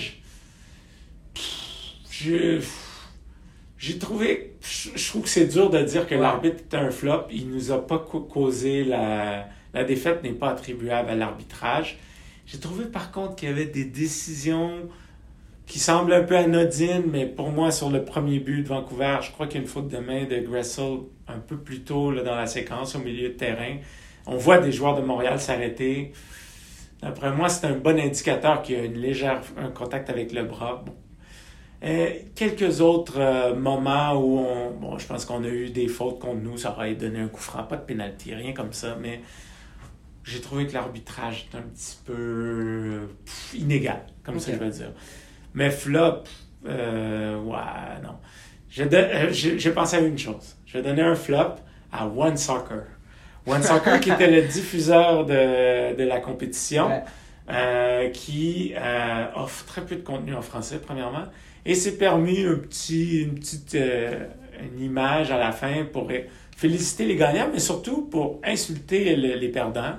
j'ai trouvé... Je trouve que c'est dur de dire que l'arbitre est un flop. Il nous a pas causé la défaite n'est pas attribuable à l'arbitrage. J'ai trouvé par contre qu'il y avait des décisions qui semblent un peu anodines, mais pour moi, sur le premier but de Vancouver, je crois qu'il y a une faute de main de Gressel un peu plus tôt là, dans la séquence, au milieu de terrain. On voit des joueurs de Montréal s'arrêter. D'après moi, c'est un bon indicateur qu'il y a un contact avec le bras. Bon. Quelques autres moments où je pense qu'on a eu des fautes contre nous, ça aurait donné un coup franc, pas de pénalty, rien comme ça, mais j'ai trouvé que l'arbitrage est un petit peu inégal, comme ça je veux dire. Mais flop, non. J'ai pensé à une chose. Je vais donner un flop à One Soccer. One Soccer qui était le diffuseur de la compétition, qui offre très peu de contenu en français, premièrement. Et s'est permis une image à la fin pour féliciter les gagnants, mais surtout pour insulter les perdants.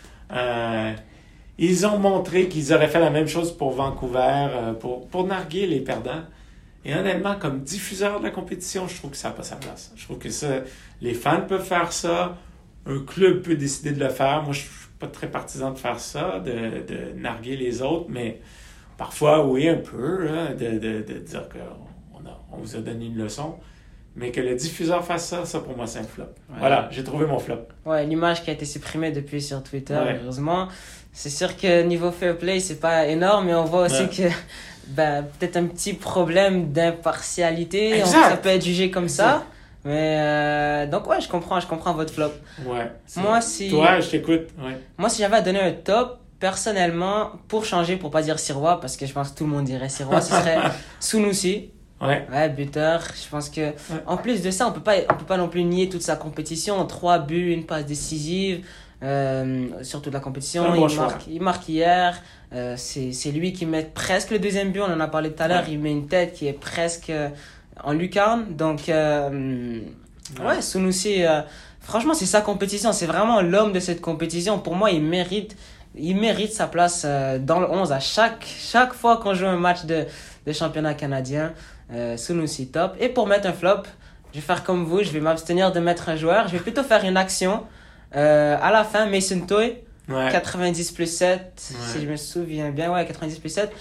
Ils ont montré qu'ils auraient fait la même chose pour Vancouver, pour narguer les perdants. Et honnêtement, comme diffuseur de la compétition, je trouve que ça n'a pas sa place. Je trouve que ça, les fans peuvent faire ça, un club peut décider de le faire. Moi, je ne suis pas très partisan de faire ça, de narguer les autres, mais... Parfois, oui, un peu, de dire qu'on vous a donné une leçon. mais que le diffuseur fasse ça pour moi, c'est un flop. Ouais. Voilà, j'ai trouvé mon flop. Ouais, l'image qui a été supprimée depuis sur Twitter, Ouais. heureusement. C'est sûr que niveau fair play, c'est pas énorme, mais on voit aussi que peut-être un petit problème d'impartialité. Exact. Ça peut être jugé comme Exact. ça. Mais donc ouais, je comprends votre flop. Ouais. Moi, Toi, je t'écoute. Ouais. Moi, si j'avais à donner un top, personnellement, pour changer, pour pas dire Sirois, parce que je pense que tout le monde dirait Sirois, ce serait Sunusi. Ouais. Ouais, buteur. Je pense que, en plus de ça, on peut pas non plus nier toute sa compétition. 3 buts, une passe décisive, sur toute la compétition. Un bon choix. Il marque hier. C'est lui qui met presque le deuxième but. On en a parlé tout à l'heure. Ouais. Il met une tête qui est presque en lucarne. Donc, ouais, Sunusi, franchement, c'est sa compétition. C'est vraiment l'homme de cette compétition. Pour moi, il mérite sa place dans le 11 à chaque fois qu'on joue un match de championnat canadien. Sunusi top. Et pour mettre un flop, je vais faire comme vous, je vais m'abstenir de mettre un joueur. Je vais plutôt faire une action. À la fin, Mason Toy, Ouais. 90 plus 7, Ouais. si je me souviens bien, ouais, 90 plus 7.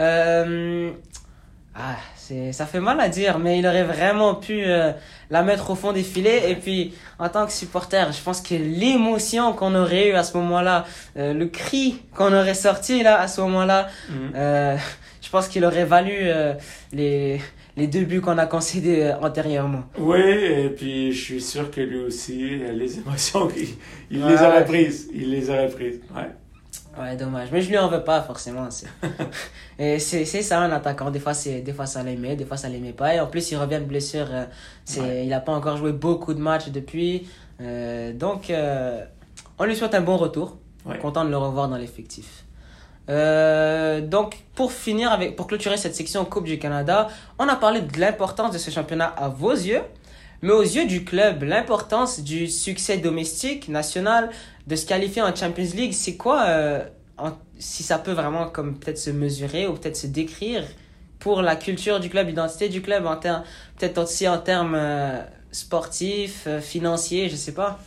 Ça fait mal à dire, mais il aurait vraiment pu la mettre au fond des filets. Et puis, en tant que supporter, je pense que l'émotion qu'on aurait eue à ce moment-là, le cri qu'on aurait sorti là à ce moment-là, je pense qu'il aurait valu les 2 buts qu'on a concédés antérieurement. Oui, et puis je suis sûr que lui aussi, les émotions, il Ouais. les aurait prises. Il les aurait prises. Ouais. Ouais, dommage. Mais je lui en veux pas, forcément. Et c'est ça, un attaquant. Des fois, ça l'aimait, des fois, ça l'aimait pas. Et en plus, il revient de blessure. Il a pas encore joué beaucoup de matchs depuis. Donc, on lui souhaite un bon retour. Ouais. Content de le revoir dans l'effectif. Donc, pour clôturer cette section Coupe du Canada, on a parlé de l'importance de ce championnat à vos yeux. Mais aux yeux du club, l'importance du succès domestique, national, de se qualifier en Champions League, c'est quoi, si ça peut vraiment comme peut-être se mesurer ou peut-être se décrire pour la culture du club, l'identité du club, peut-être aussi en termes sportifs, financiers, je sais pas.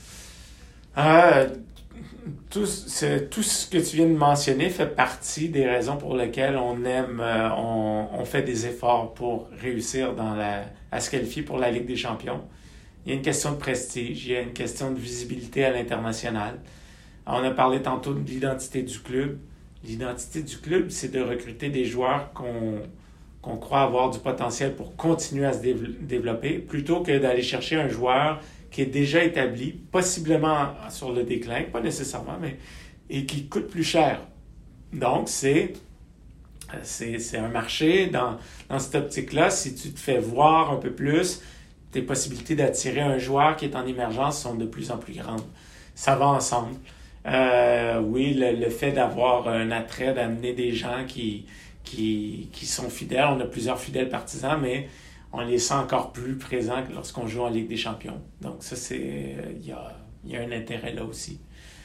Tout ce que tu viens de mentionner fait partie des raisons pour lesquelles on aime, on fait des efforts pour réussir à se qualifier pour la Ligue des Champions. Il y a une question de prestige, il y a une question de visibilité à l'international. On a parlé tantôt de l'identité du club. L'identité du club, c'est de recruter des joueurs qu'on croit avoir du potentiel pour continuer à se développer, plutôt que d'aller chercher un joueur qui est déjà établi, possiblement sur le déclin, pas nécessairement, et qui coûte plus cher. Donc, c'est un marché dans cette optique-là. Si tu te fais voir un peu plus, tes possibilités d'attirer un joueur qui est en émergence sont de plus en plus grandes. Ça va ensemble. Oui, le fait d'avoir un attrait, d'amener des gens qui sont fidèles. On a plusieurs fidèles partisans, mais on les sent encore plus présents que lorsqu'on joue en Ligue des Champions. Donc ça, il y a un intérêt là aussi.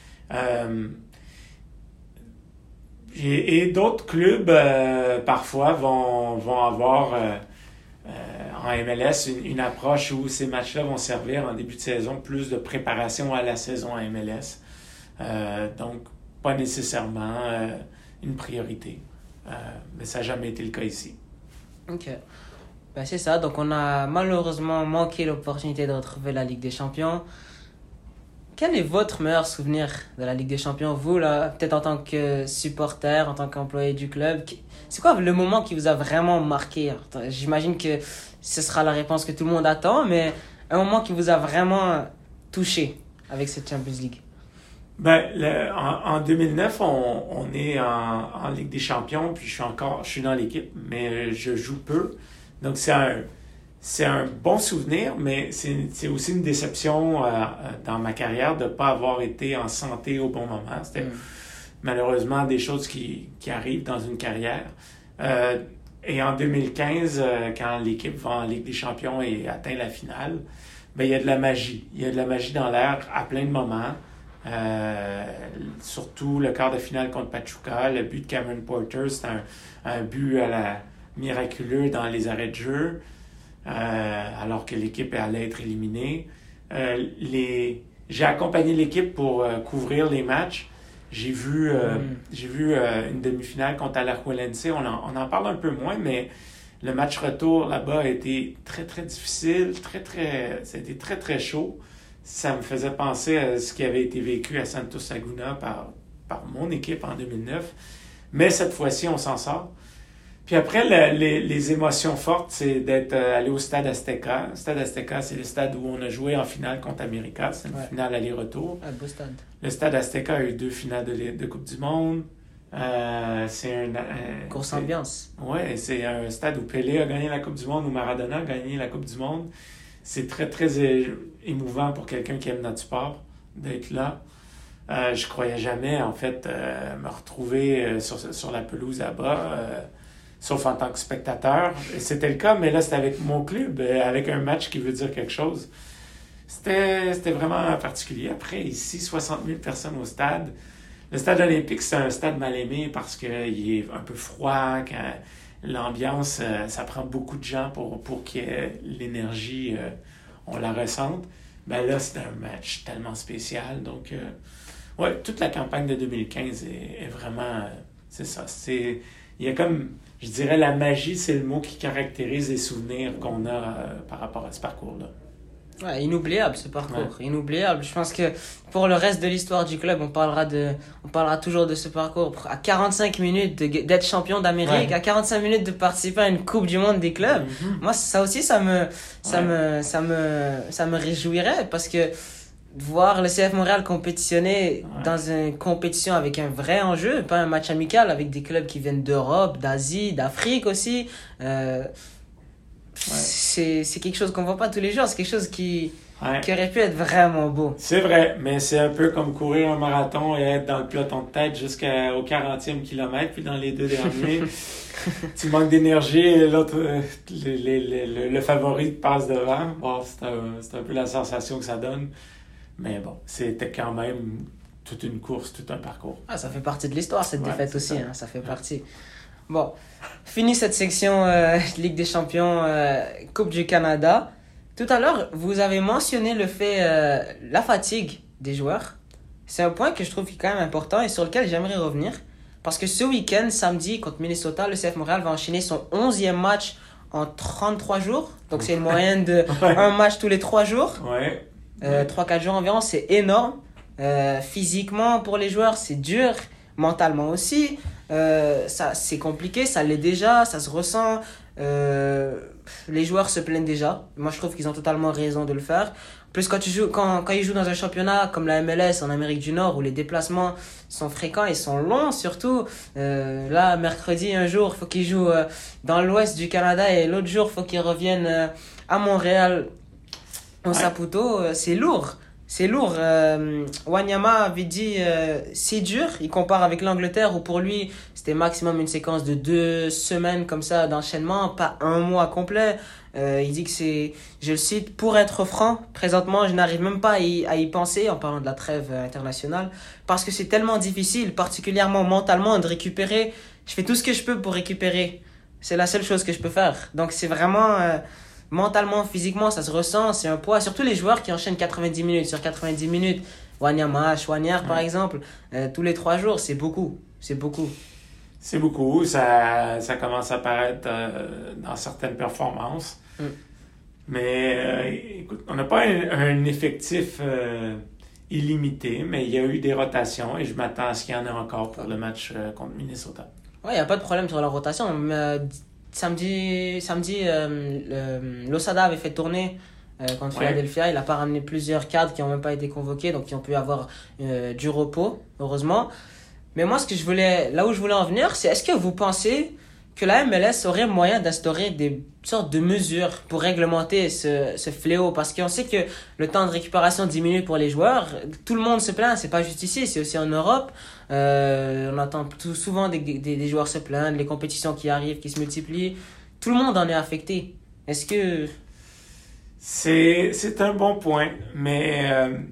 Et d'autres clubs, parfois, vont avoir en MLS une approche où ces matchs-là vont servir en début de saison plus de préparation à la saison en MLS. Donc, pas nécessairement une priorité. Mais ça n'a jamais été le cas ici. Ok. Ben c'est ça. Donc, on a malheureusement manqué l'opportunité de retrouver la Ligue des Champions. Quel est votre meilleur souvenir de la Ligue des Champions, vous, là, peut-être en tant que supporter, en tant qu'employé du club? C'est quoi le moment qui vous a vraiment marqué? J'imagine que ce sera la réponse que tout le monde attend, mais un moment qui vous a vraiment touché avec cette Champions League. En 2009, on est en Ligue des Champions, puis je suis dans l'équipe, mais je joue peu. Donc, c'est un bon souvenir, mais c'est aussi une déception dans ma carrière de ne pas avoir été en santé au bon moment. C'était malheureusement des choses qui arrivent dans une carrière. Et en 2015, quand l'équipe va en Ligue des Champions et atteint la finale, il y a de la magie. Il y a de la magie dans l'air à plein de moments. Surtout le quart de finale contre Pachuca, le but de Cameron Porter, c'est un but à la miraculeux dans les arrêts de jeu, alors que l'équipe allait être éliminée. J'ai accompagné l'équipe pour couvrir les matchs. J'ai vu une demi-finale contre Alajuelense. On en parle un peu moins, mais Le match retour là-bas a été très, très difficile, ça a été très, très chaud. Ça me faisait penser à ce qui avait été vécu à Santos Laguna par mon équipe en 2009. Mais cette fois-ci, on s'en sort. Puis après, les émotions fortes, c'est d'être allé au Stade Azteca. Le Stade Azteca, c'est le stade où on a joué en finale contre América. C'est une finale aller-retour. Beau stade. Le Stade Azteca a eu 2 finales de Coupe du Monde. C'est Grosse ambiance. Ouais, c'est un stade où Pelé a gagné la Coupe du Monde, où Maradona a gagné la Coupe du Monde. C'est très, très émouvant pour quelqu'un qui aime notre sport d'être là. Je croyais jamais, en fait, me retrouver sur la pelouse là-bas, sauf en tant que spectateur. C'était le cas, mais là, c'était avec mon club, avec un match qui veut dire quelque chose. C'était vraiment particulier. Après, ici, 60 000 personnes au stade. Le stade olympique, c'est un stade mal aimé parce qu'il est un peu froid. L'ambiance, ça prend beaucoup de gens pour qu'il y ait l'énergie, on la ressente. Ben là, c'était un match tellement spécial. Donc, ouais, toute la campagne de 2015 est vraiment... c'est ça. Il y a comme, je dirais, la magie, c'est le mot qui caractérise les souvenirs qu'on a par rapport à ce parcours-là. Ouais, inoubliable ce parcours, inoubliable. Je pense que pour le reste de l'histoire du club, on parlera toujours de ce parcours. À 45 minutes d'être champion d'Amérique, à 45 minutes de participer à une Coupe du Monde des clubs. Moi, ça aussi, ça me réjouirait parce que voir le CF Montréal compétitionner dans une compétition avec un vrai enjeu, pas un match amical avec des clubs qui viennent d'Europe, d'Asie, d'Afrique aussi. C'est quelque chose qu'on voit pas tous les jours, c'est quelque chose qui aurait pu être vraiment beau. C'est vrai, mais c'est un peu comme courir un marathon et être dans le peloton de tête jusqu'au 40e kilomètre, puis dans les 2 derniers, tu manques d'énergie et l'autre, le favori te passe devant. Bon, c'est un peu la sensation que ça donne, mais bon, c'était quand même toute une course, tout un parcours. Ça fait partie de l'histoire, cette défaite aussi, ça fait partie. Bon, fini cette section Ligue des Champions, Coupe du Canada. Tout à l'heure, vous avez mentionné le fait, la fatigue des joueurs. C'est un point que je trouve qui est quand même important et sur lequel j'aimerais revenir. Parce que ce week-end, samedi, contre Minnesota, le CF Montréal va enchaîner son 11e match en 33 jours. Donc c'est une moyenne de un match tous les 3 jours. 3-4 jours environ, c'est énorme. Physiquement, pour les joueurs, c'est dur. Mentalement aussi. Ça, c'est compliqué, ça l'est déjà, ça se ressent. Les joueurs se plaignent déjà. Moi, je trouve qu'ils ont totalement raison de le faire. Plus quand ils jouent dans un championnat comme la MLS en Amérique du Nord où les déplacements sont fréquents et sont longs surtout. Là, mercredi, un jour, il faut qu'ils jouent dans l'ouest du Canada et l'autre jour, il faut qu'ils reviennent à Montréal, au Saputo. C'est lourd. C'est lourd. Wanyama avait dit c'est dur. Il compare avec l'Angleterre où pour lui c'était maximum une séquence de 2 semaines comme ça d'enchaînement, pas un mois complet. Il dit que c'est, je le cite, pour être franc, présentement je n'arrive même pas à y penser en parlant de la trêve internationale parce que c'est tellement difficile, particulièrement mentalement, de récupérer. Je fais tout ce que je peux pour récupérer. C'est la seule chose que je peux faire. Donc c'est vraiment... mentalement, physiquement, ça se ressent, c'est un poids. Surtout les joueurs qui enchaînent 90 minutes sur 90 minutes. Wanyama, Chouanière, par exemple, tous les 3 jours, c'est beaucoup. C'est beaucoup. C'est beaucoup. Ça commence à apparaître dans certaines performances. Mais écoute, on n'a pas un effectif illimité, mais il y a eu des rotations et je m'attends à ce qu'il y en ait encore pour le match contre Minnesota. Ouais, il n'y a pas de problème sur la rotation. Samedi, Losada avait fait tourner contre Philadelphia. Il n'a pas ramené plusieurs cadres qui n'ont même pas été convoqués, donc qui ont pu avoir du repos, heureusement. Mais moi, là où je voulais en venir, c'est est-ce que vous pensez que la MLS aurait moyen d'instaurer des sortes de mesures pour réglementer ce fléau? Parce qu'on sait que le temps de récupération diminue pour les joueurs. Tout le monde se plaint, c'est pas juste ici, c'est aussi en Europe. On entend souvent des joueurs se plaindre, les compétitions qui arrivent, qui se multiplient. Tout le monde en est affecté. Est-ce que... C'est un bon point, mais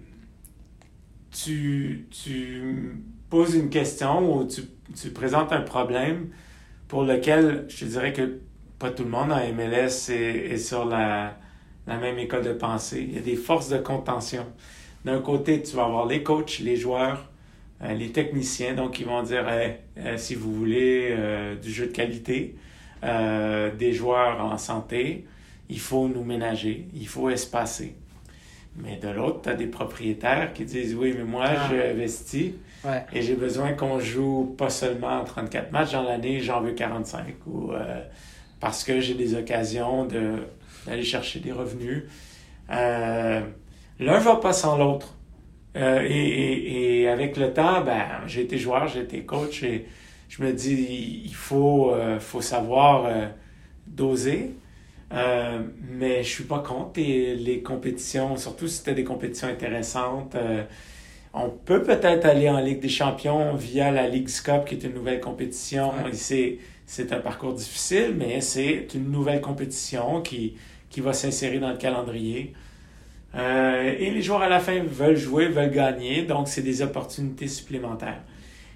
tu poses une question ou tu présentes un problème pour lequel je te dirais que pas tout le monde en MLS est sur la même école de pensée. Il y a des forces de contention. D'un côté, tu vas avoir les coachs, les joueurs, les techniciens, donc ils vont dire si vous voulez du jeu de qualité, des joueurs en santé, il faut nous ménager, il faut espacer. Mais de l'autre, tu as des propriétaires qui disent « Oui, mais moi, je investis et j'ai besoin qu'on joue pas seulement 34 matchs dans l'année, j'en veux 45. » Ou parce que j'ai des occasions d'aller chercher des revenus. L'un va pas sans l'autre. Et avec le temps, j'ai été joueur, j'ai été coach et je me dis il faut savoir doser. Mais je suis pas contre les compétitions, surtout si c'était des compétitions intéressantes. On peut peut-être aller en Ligue des Champions via la Leagues Cup, qui est une nouvelle compétition. Et c'est un parcours difficile, mais c'est une nouvelle compétition qui va s'insérer dans le calendrier. Et les joueurs à la fin veulent jouer, veulent gagner, donc c'est des opportunités supplémentaires.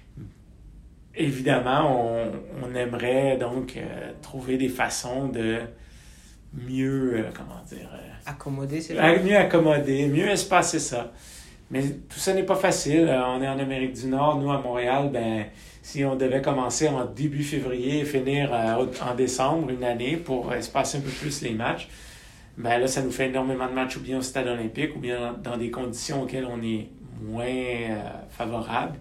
Évidemment, on aimerait donc trouver des façons de mieux, accommoder, c'est vrai. Mieux accommoder, mieux espacer ça. Mais tout ça n'est pas facile. On est en Amérique du Nord, nous à Montréal, si on devait commencer en début février et finir en décembre, une année, pour espacer un peu plus les matchs, là, ça nous fait énormément de matchs ou bien au stade olympique ou bien dans des conditions auxquelles on est moins favorable.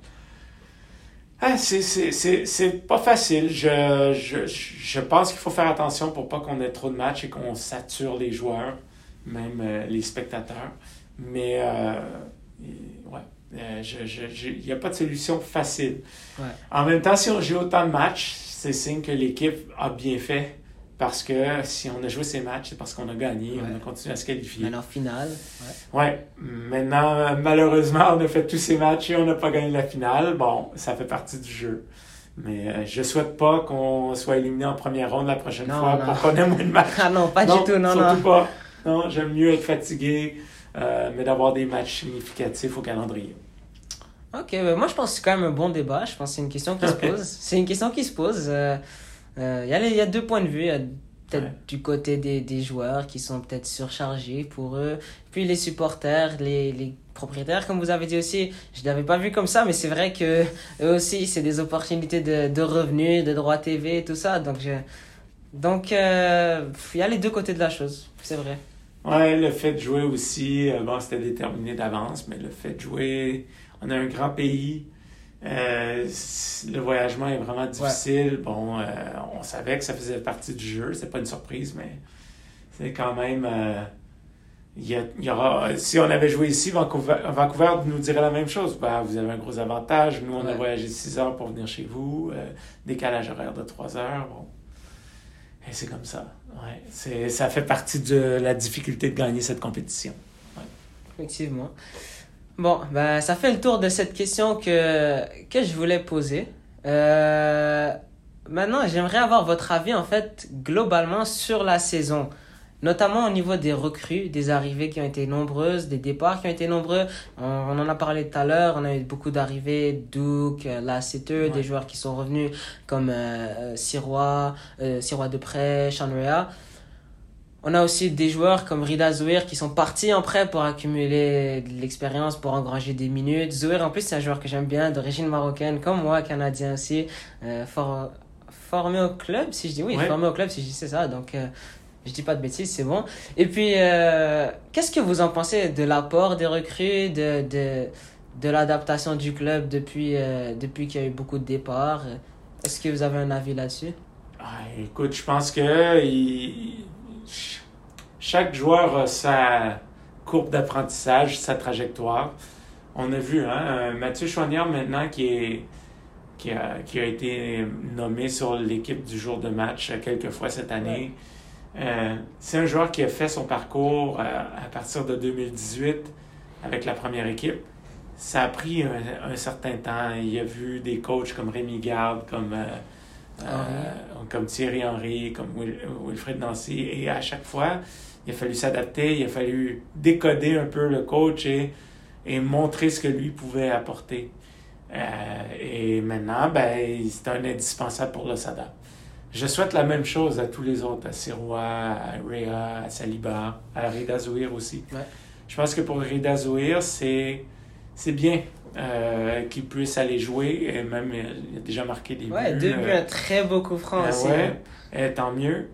C'est pas facile. Je pense qu'il faut faire attention pour pas qu'on ait trop de matchs et qu'on sature les joueurs, même les spectateurs. Mais il n'y a pas de solution facile. Ouais. En même temps, si on joue autant de matchs, c'est signe que l'équipe a bien fait. Parce que si on a joué ces matchs, c'est parce qu'on a gagné, on a continué à se qualifier. Maintenant, finale. Maintenant, malheureusement, on a fait tous ces matchs et on n'a pas gagné la finale. Bon, ça fait partie du jeu. Mais je souhaite pas qu'on soit éliminé en première ronde la prochaine fois pour qu'on ait moins de matchs. Ah non, pas du tout, non. Surtout pas. Non, j'aime mieux être fatigué, mais d'avoir des matchs significatifs au calendrier. Ok, moi je pense que c'est quand même un bon débat. Je pense que c'est une question qui se pose. C'est une question qui se pose. Il y a deux points de vue. Il y a peut-être du côté des joueurs qui sont peut-être surchargés pour eux. Puis les supporters, les propriétaires, comme vous avez dit aussi. Je ne l'avais pas vu comme ça, mais c'est vrai que eux aussi, c'est des opportunités de revenus, de droits TV, tout ça. Donc, il y a les deux côtés de la chose. C'est vrai. Ouais, le fait de jouer aussi, c'était déterminé d'avance, mais le fait de jouer, on a un grand pays. Le voyagement est vraiment difficile. Bon, on savait que ça faisait partie du jeu. C'est pas une surprise, mais c'est quand même... il y aura, si on avait joué ici, Vancouver nous dirait la même chose. Vous avez un gros avantage. Nous, on a voyagé 6 heures pour venir chez vous. Décalage horaire de 3 heures. Bon. Et c'est comme ça. Ça fait partie de la difficulté de gagner cette compétition. Effectivement. Bon, ça fait le tour de cette question que je voulais poser. Maintenant, j'aimerais avoir votre avis, en fait, globalement sur la saison. Notamment au niveau des recrues, des arrivées qui ont été nombreuses, des départs qui ont été nombreux. On en a parlé tout à l'heure, on a eu beaucoup d'arrivées, Duke, Lassiter, des joueurs qui sont revenus comme Sirois Deprez, Sean Rea. On a aussi des joueurs comme Rida Zouhir qui sont partis en prêt pour accumuler de l'expérience, pour engranger des minutes. Zouhir, en plus, c'est un joueur que j'aime bien, d'origine marocaine, comme moi, canadien aussi. Formé au club, si je dis oui, formé au club, si je dis c'est ça. Donc, je dis pas de bêtises, c'est bon. Et puis, qu'est-ce que vous en pensez de l'apport des recrues, de l'adaptation du club depuis qu'il y a eu beaucoup de départs? Est-ce que vous avez un avis là-dessus? Écoute, je pense que chaque joueur a sa courbe d'apprentissage, sa trajectoire. On a vu, Mathieu Choignard maintenant qui a été nommé sur l'équipe du jour de match quelques fois cette année. C'est un joueur qui a fait son parcours à partir de 2018 avec la première équipe. Ça a pris un certain temps. Il a vu des coachs comme Rémi Garde, comme Thierry Henry, comme Wilfred Nancy. Et à chaque fois, il a fallu s'adapter, il a fallu décoder un peu le coach et montrer ce que lui pouvait apporter. Et maintenant, c'est un indispensable pour le SADA. Je souhaite la même chose à tous les autres, à Sirois, à Rea, à Saliba, à Rida Zouhir aussi. Ouais. Je pense que pour Rida Zouhir, c'est bien qu'il puisse aller jouer. Et même, il a déjà marqué des buts. Ouais, 2 buts, un très beau coup franc aussi. Ouais, tant mieux.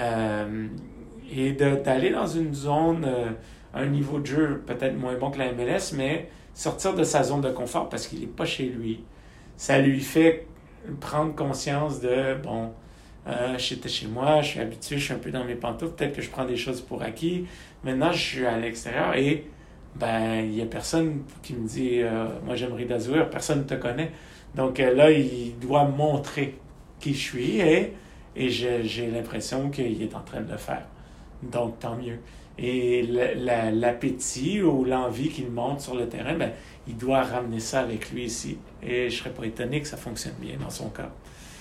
Et d'aller dans une zone, un niveau de jeu peut-être moins bon que la MLS, mais sortir de sa zone de confort parce qu'il n'est pas chez lui. Ça lui fait prendre conscience de, j'étais chez moi, je suis habitué, je suis un peu dans mes pantoufles, peut-être que je prends des choses pour acquis. Maintenant, je suis à l'extérieur et il n'y a personne qui me dit moi j'aime Rida Zouhir, personne ne te connaît. Donc là, il doit montrer qui je suis et j'ai l'impression qu'il est en train de le faire. Donc tant mieux. Et l'appétit ou l'envie qu'il montre sur le terrain, il doit ramener ça avec lui ici. Et je ne serais pas étonné que ça fonctionne bien dans son cas.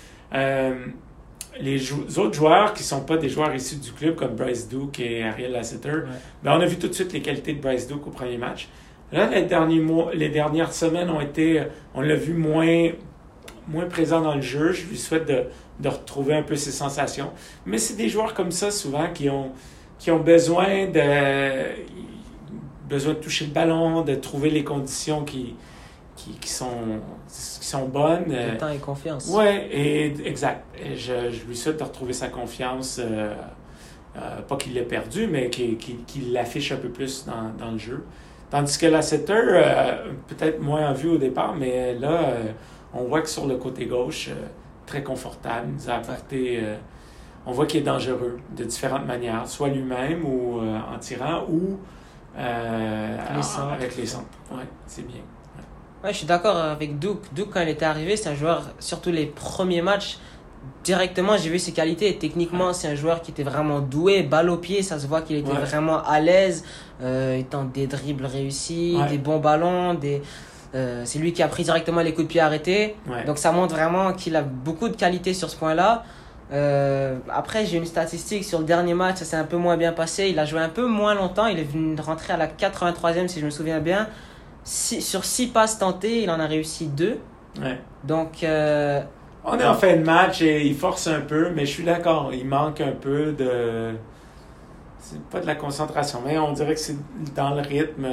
Les autres joueurs qui ne sont pas des joueurs issus du club, comme Bryce Duke et Ariel Lassiter, on a vu tout de suite les qualités de Bryce Duke au premier match. Là, les dernières semaines on l'a vu moins présent dans le jeu. Je lui souhaite de retrouver un peu ses sensations. Mais c'est des joueurs comme ça, souvent, qui ont besoin de toucher le ballon, de trouver les conditions qui sont bonnes. Le temps et confiance. Oui, exact. Et je lui souhaite de retrouver sa confiance, pas qu'il l'ait perdu, mais qu'il l'affiche un peu plus dans le jeu. Tandis que Lassiter, peut-être moins en vue au départ, mais là, on voit que sur le côté gauche, très confortable, il nous a apporté... on voit qu'il est dangereux de différentes manières, soit lui-même ou en tirant ou avec les centres. Oui, c'est bien. Ouais, je suis d'accord avec Duke. Duke, quand il était arrivé, c'est un joueur, surtout les premiers matchs, directement, j'ai vu ses qualités. Techniquement, c'est un joueur qui était vraiment doué, balle au pied, ça se voit qu'il était vraiment à l'aise, étant des dribbles réussis, des bons ballons, c'est lui qui a pris directement les coups de pied arrêtés. Donc ça montre vraiment qu'il a beaucoup de qualités sur ce point-là. Après, j'ai une statistique sur le dernier match, ça s'est un peu moins bien passé. Il a joué un peu moins longtemps, il est venu rentrer à la 83e si je me souviens bien. Sur 6 passes tentées, il en a réussi 2. Donc on est en fin de match et il force un peu, mais je suis d'accord, il manque un peu de... C'est pas de la concentration, mais on dirait que c'est dans le rythme.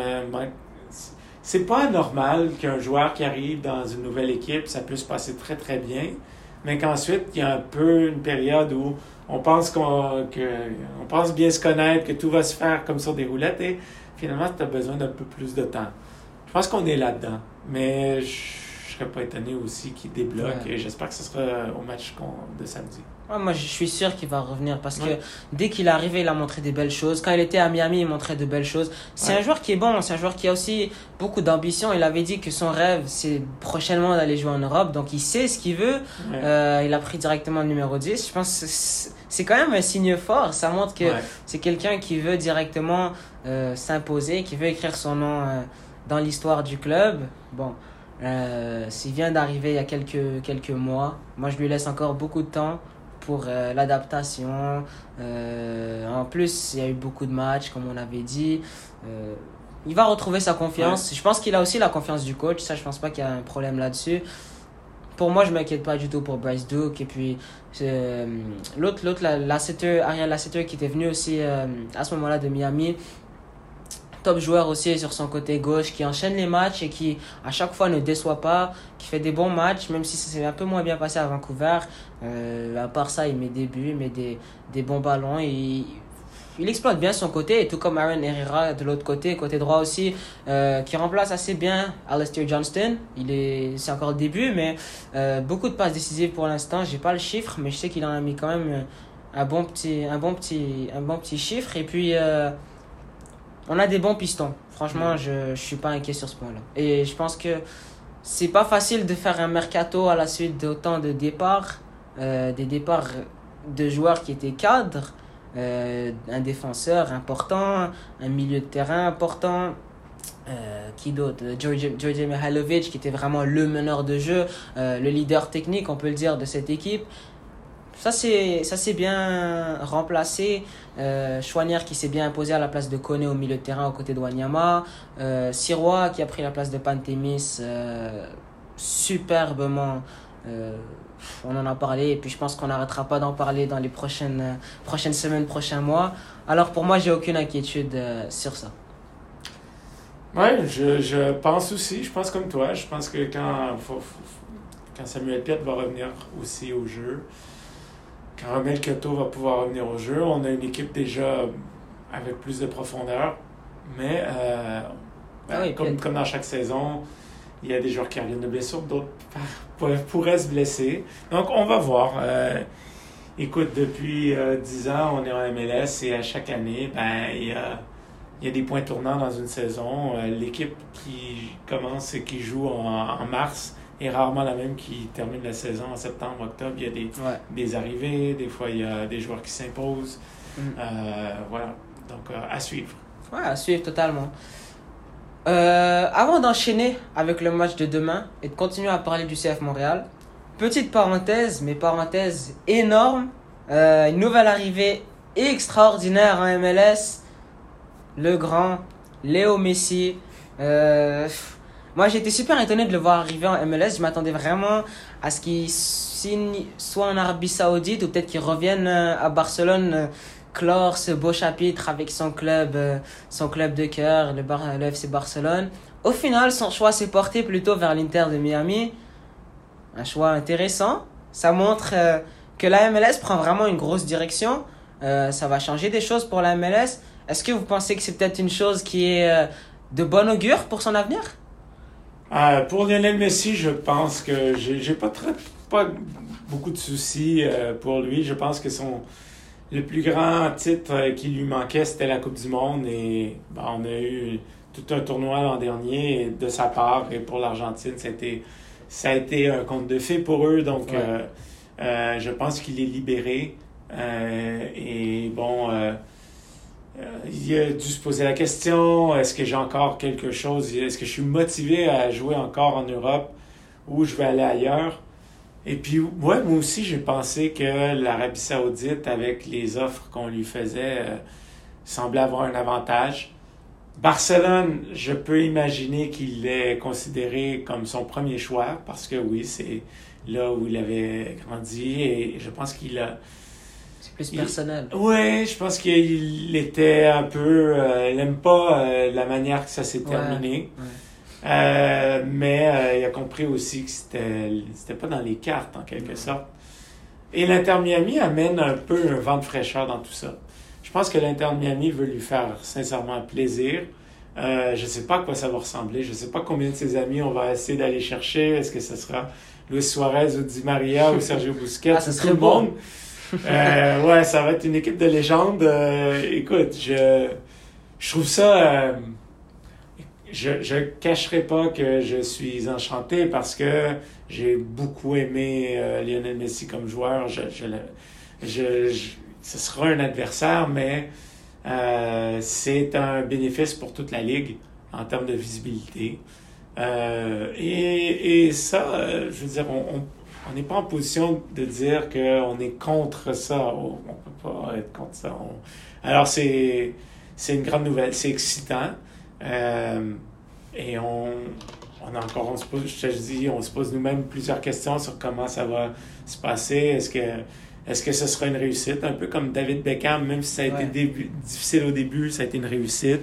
C'est pas anormal qu'un joueur qui arrive dans une nouvelle équipe, ça peut se passer très très bien, mais qu'ensuite, il y a un peu une période où on pense on pense bien se connaître, que tout va se faire comme sur des roulettes, et finalement, tu as besoin d'un peu plus de temps. Je pense qu'on est là-dedans, mais je serais pas étonné aussi qu'il débloque, et j'espère que ce sera au match de samedi. Moi, je suis sûr qu'il va revenir parce que dès qu'il est arrivé, il a montré des belles choses. Quand il était à Miami, il montrait de belles choses. C'est un joueur qui est bon, c'est un joueur qui a aussi beaucoup d'ambition. Il avait dit que son rêve, c'est prochainement d'aller jouer en Europe. Donc, il sait ce qu'il veut. Il a pris directement le numéro 10. Je pense que c'est quand même un signe fort. Ça montre que c'est quelqu'un qui veut directement s'imposer, qui veut écrire son nom dans l'histoire du club. Bon, s'il vient d'arriver il y a quelques mois, moi, je lui laisse encore beaucoup de temps pour l'adaptation. En plus, il y a eu beaucoup de matchs, comme on avait dit. Il va retrouver sa confiance. Je pense qu'il a aussi la confiance du coach. Ça, je pense pas qu'il y a un problème là-dessus. Pour moi, je m'inquiète pas du tout pour Bryce Duke. Et puis, l'autre Ariel Lassiter, qui était venu aussi à ce moment-là de Miami. Top joueur aussi sur son côté gauche, qui enchaîne les matchs et qui à chaque fois ne déçoit pas, qui fait des bons matchs, même si ça s'est un peu moins bien passé à Vancouver. À part ça, il met des buts, il met des bons ballons, et il exploite bien son côté, et tout comme Aaron Herrera de l'autre côté droit aussi, qui remplace assez bien Alistair Johnston. C'est encore le début, mais beaucoup de passes décisives pour l'instant. J'ai pas le chiffre, mais je sais qu'il en a mis quand même un bon petit chiffre. Et puis on a des bons pistons. Franchement, je suis pas inquiet sur ce point-là. Et je pense que c'est pas facile de faire un mercato à la suite d'autant de départs, des départs de joueurs qui étaient cadres, un défenseur important, un milieu de terrain important. Qui d'autre? Djordje Mihailovic, qui était vraiment le meneur de jeu, le leader technique, on peut le dire, de cette équipe. Ça s'est bien remplacé. Chouanière qui s'est bien imposé à la place de Koné au milieu de terrain aux côtés de Wanyama. Sirois qui a pris la place de Pantemis superbement. On en a parlé, et puis je pense qu'on n'arrêtera pas d'en parler dans les prochaines semaines, prochains mois. Alors pour moi, j'ai aucune inquiétude sur ça. Ouais, je pense aussi, je pense comme toi. Je pense que quand Samuel Piette va revenir aussi au jeu, quand Romel Kyoto va pouvoir revenir au jeu, on a une équipe déjà avec plus de profondeur. Mais Oui, comme dans chaque saison, il y a des joueurs qui reviennent de blessures, d'autres pourraient se blesser. Donc on va voir. Écoute, depuis 10 ans, on est en MLS et à chaque année, il y a des points tournants dans une saison. L'équipe qui commence et qui joue en mars est rarement la même qui termine la saison en septembre, octobre. Il y a des arrivées, des fois il y a des joueurs qui s'imposent. Voilà, donc à suivre. Ouais, à suivre totalement. Avant d'enchaîner avec le match de demain et de continuer à parler du CF Montréal, petite parenthèse, mais parenthèse énorme, une nouvelle arrivée extraordinaire en MLS, le grand Léo Messi. Moi j'étais super étonné de le voir arriver en MLS, je m'attendais vraiment à ce qu'il signe soit en Arabie Saoudite ou peut-être qu'il revienne à Barcelone clore ce beau chapitre avec son club de cœur, le FC Barcelone. Au final, son choix s'est porté plutôt vers l'Inter de Miami. Un choix intéressant. Ça montre que la MLS prend vraiment une grosse direction. Ça va changer des choses pour la MLS. Est-ce que vous pensez que c'est peut-être une chose qui est de bon augure pour son avenir? Pour Lionel Messi, je pense que j'ai pas beaucoup de soucis pour lui. Je pense que le plus grand titre qui lui manquait, c'était la Coupe du Monde. Et on a eu tout un tournoi l'an dernier de sa part. Et pour l'Argentine, ça a été un conte de fées pour eux. Donc, je pense qu'il est libéré. Il a dû se poser la question, est-ce que j'ai encore quelque chose? Est-ce que je suis motivé à jouer encore en Europe ou je vais aller ailleurs? Et puis, moi aussi, j'ai pensé que l'Arabie Saoudite, avec les offres qu'on lui faisait, semblait avoir un avantage. Barcelone, je peux imaginer qu'il l'ait considéré comme son premier choix, parce que oui, c'est là où il avait grandi et je pense qu'il a... C'est plus personnel. Oui, je pense qu'il était un peu... il n'aime pas la manière que ça s'est terminé. Mais il a compris aussi que c'était pas dans les cartes, en quelque sorte. Et l'Inter Miami amène un peu un vent de fraîcheur dans tout ça. Je pense que l'Inter Miami veut lui faire sincèrement plaisir. Je sais pas à quoi ça va ressembler. Je sais pas combien de ses amis on va essayer d'aller chercher. Est-ce que ce sera Luis Suarez ou Di Maria ou Sergio Busquets? Ça serait bon. Ouais, ça va être une équipe de légende. Écoute, je trouve ça... Je cacherai pas que je suis enchanté parce que j'ai beaucoup aimé Lionel Messi comme joueur. Ce sera un adversaire, mais c'est un bénéfice pour toute la Ligue en termes de visibilité. Et ça, je veux dire, on n'est pas en position de dire qu'on est contre ça. On peut pas être contre ça. Alors, c'est une grande nouvelle. C'est excitant. Et on se pose nous-mêmes plusieurs questions sur comment ça va se passer. Est-ce que ce sera une réussite? Un peu comme David Beckham, même si ça a été difficile au début, ça a été une réussite.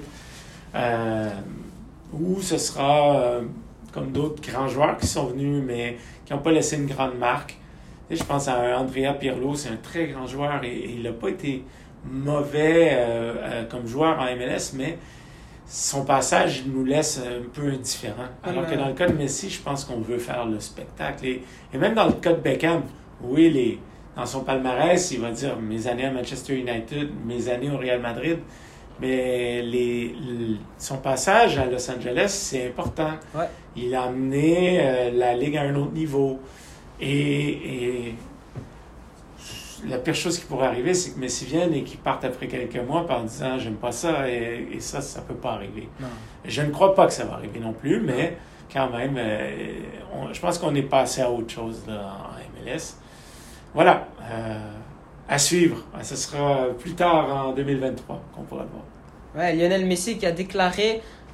Ou ce sera comme d'autres grands joueurs qui sont venus, mais qui n'ont pas laissé une grande marque. Tu sais, je pense à Andrea Pirlo, c'est un très grand joueur et il n'a pas été mauvais comme joueur en MLS, mais son passage nous laisse un peu indifférents. Alors que dans le cas de Messi, je pense qu'on veut faire le spectacle. Et même dans le cas de Beckham, oui, dans son palmarès, il va dire mes années à Manchester United, mes années au Real Madrid, mais son passage à Los Angeles, c'est important. Ouais. Il a amené la Ligue à un autre niveau. Et la pire chose qui pourrait arriver, c'est que Messi vienne et qu'il parte après quelques mois en disant « j'aime pas ça » et ça peut pas arriver. Non. Je ne crois pas que ça va arriver non plus, mais quand même, je pense qu'on est passé à autre chose là, en MLS. Voilà, à suivre. Ce sera plus tard en 2023 qu'on pourra le voir. Ouais, Lionel Messi qui a déclaré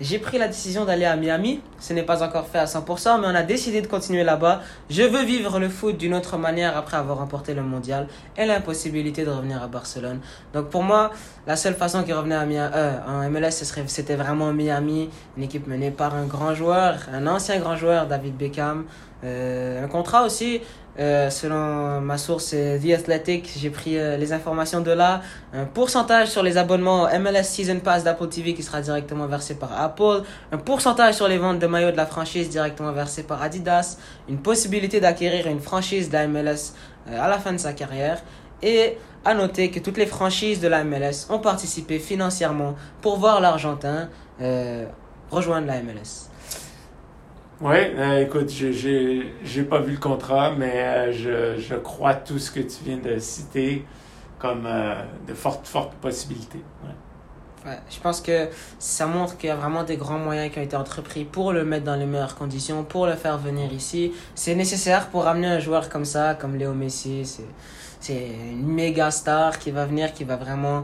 j'ai pris la décision d'aller à Miami. Ce n'est pas encore fait à 100%, mais on a décidé de continuer là-bas. Je veux vivre le foot d'une autre manière après avoir remporté le mondial et l'impossibilité de revenir à Barcelone. Donc pour moi, la seule façon qu'il revenait en MLS, c'était vraiment Miami, une équipe menée par un grand joueur, un ancien grand joueur, David Beckham. Un contrat aussi, selon ma source The Athletic, j'ai pris les informations de là. Un pourcentage sur les abonnements au MLS Season Pass d'Apple TV qui sera directement versé par Apple. Un pourcentage sur les ventes de maillots de la franchise directement versé par Adidas. Une possibilité d'acquérir une franchise de la MLS à la fin de sa carrière. Et à noter que toutes les franchises de la MLS ont participé financièrement pour voir l'Argentin rejoindre la MLS. Ouais, écoute, j'ai pas vu le contrat, mais je crois tout ce que tu viens de citer comme de fortes possibilités. Ouais. Ouais, je pense que ça montre qu'il y a vraiment des grands moyens qui ont été entrepris pour le mettre dans les meilleures conditions, pour le faire venir ici. C'est nécessaire pour amener un joueur comme ça, comme Léo Messi. C'est une méga star qui va venir, qui va vraiment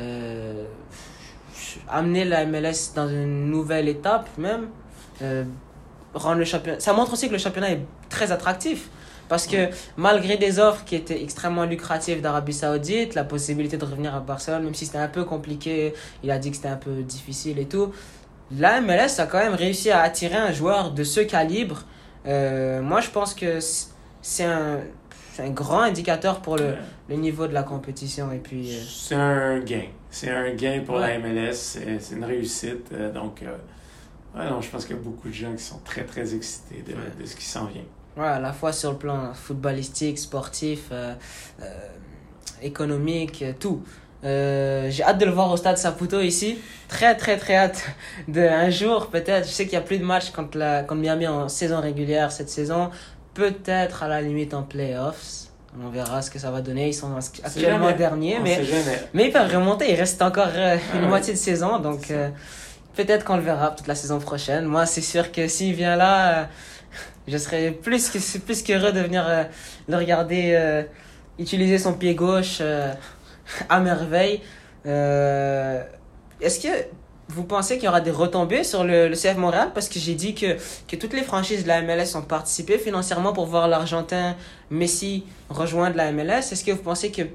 amener la MLS dans une nouvelle étape même. Rendre le championnat. Ça montre aussi que le championnat est très attractif. Parce que malgré des offres qui étaient extrêmement lucratives d'Arabie Saoudite, la possibilité de revenir à Barcelone, même si c'était un peu compliqué, il a dit que c'était un peu difficile et tout, la MLS a quand même réussi à attirer un joueur de ce calibre. Moi, je pense que c'est un grand indicateur pour le niveau de la compétition. Et puis, C'est un gain. C'est un gain pour la MLS. C'est une réussite. Donc, non, je pense qu'il y a beaucoup de gens qui sont très, très excités de ce qui s'en vient. Ouais, à la fois sur le plan footballistique, sportif, économique, tout. J'ai hâte de le voir au stade Saputo ici. Très, très, très hâte un jour, peut-être. Je sais qu'il n'y a plus de matchs contre Miami en saison régulière cette saison. Peut-être à la limite en playoffs. On verra ce que ça va donner. Ils sont actuellement derniers, mais ils peuvent remonter. Il reste encore une moitié de saison, donc peut-être qu'on le verra toute la saison prochaine. Moi, c'est sûr que s'il vient là, je serais plus qu'heureux de venir le regarder utiliser son pied gauche à merveille. Est-ce que vous pensez qu'il y aura des retombées sur le CF Montréal? Parce que j'ai dit que toutes les franchises de la MLS ont participé financièrement pour voir l'Argentin Messi rejoindre la MLS. Est-ce que vous pensez que...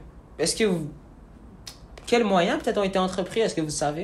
Quels moyens peut-être ont été entrepris? Est-ce que vous savez?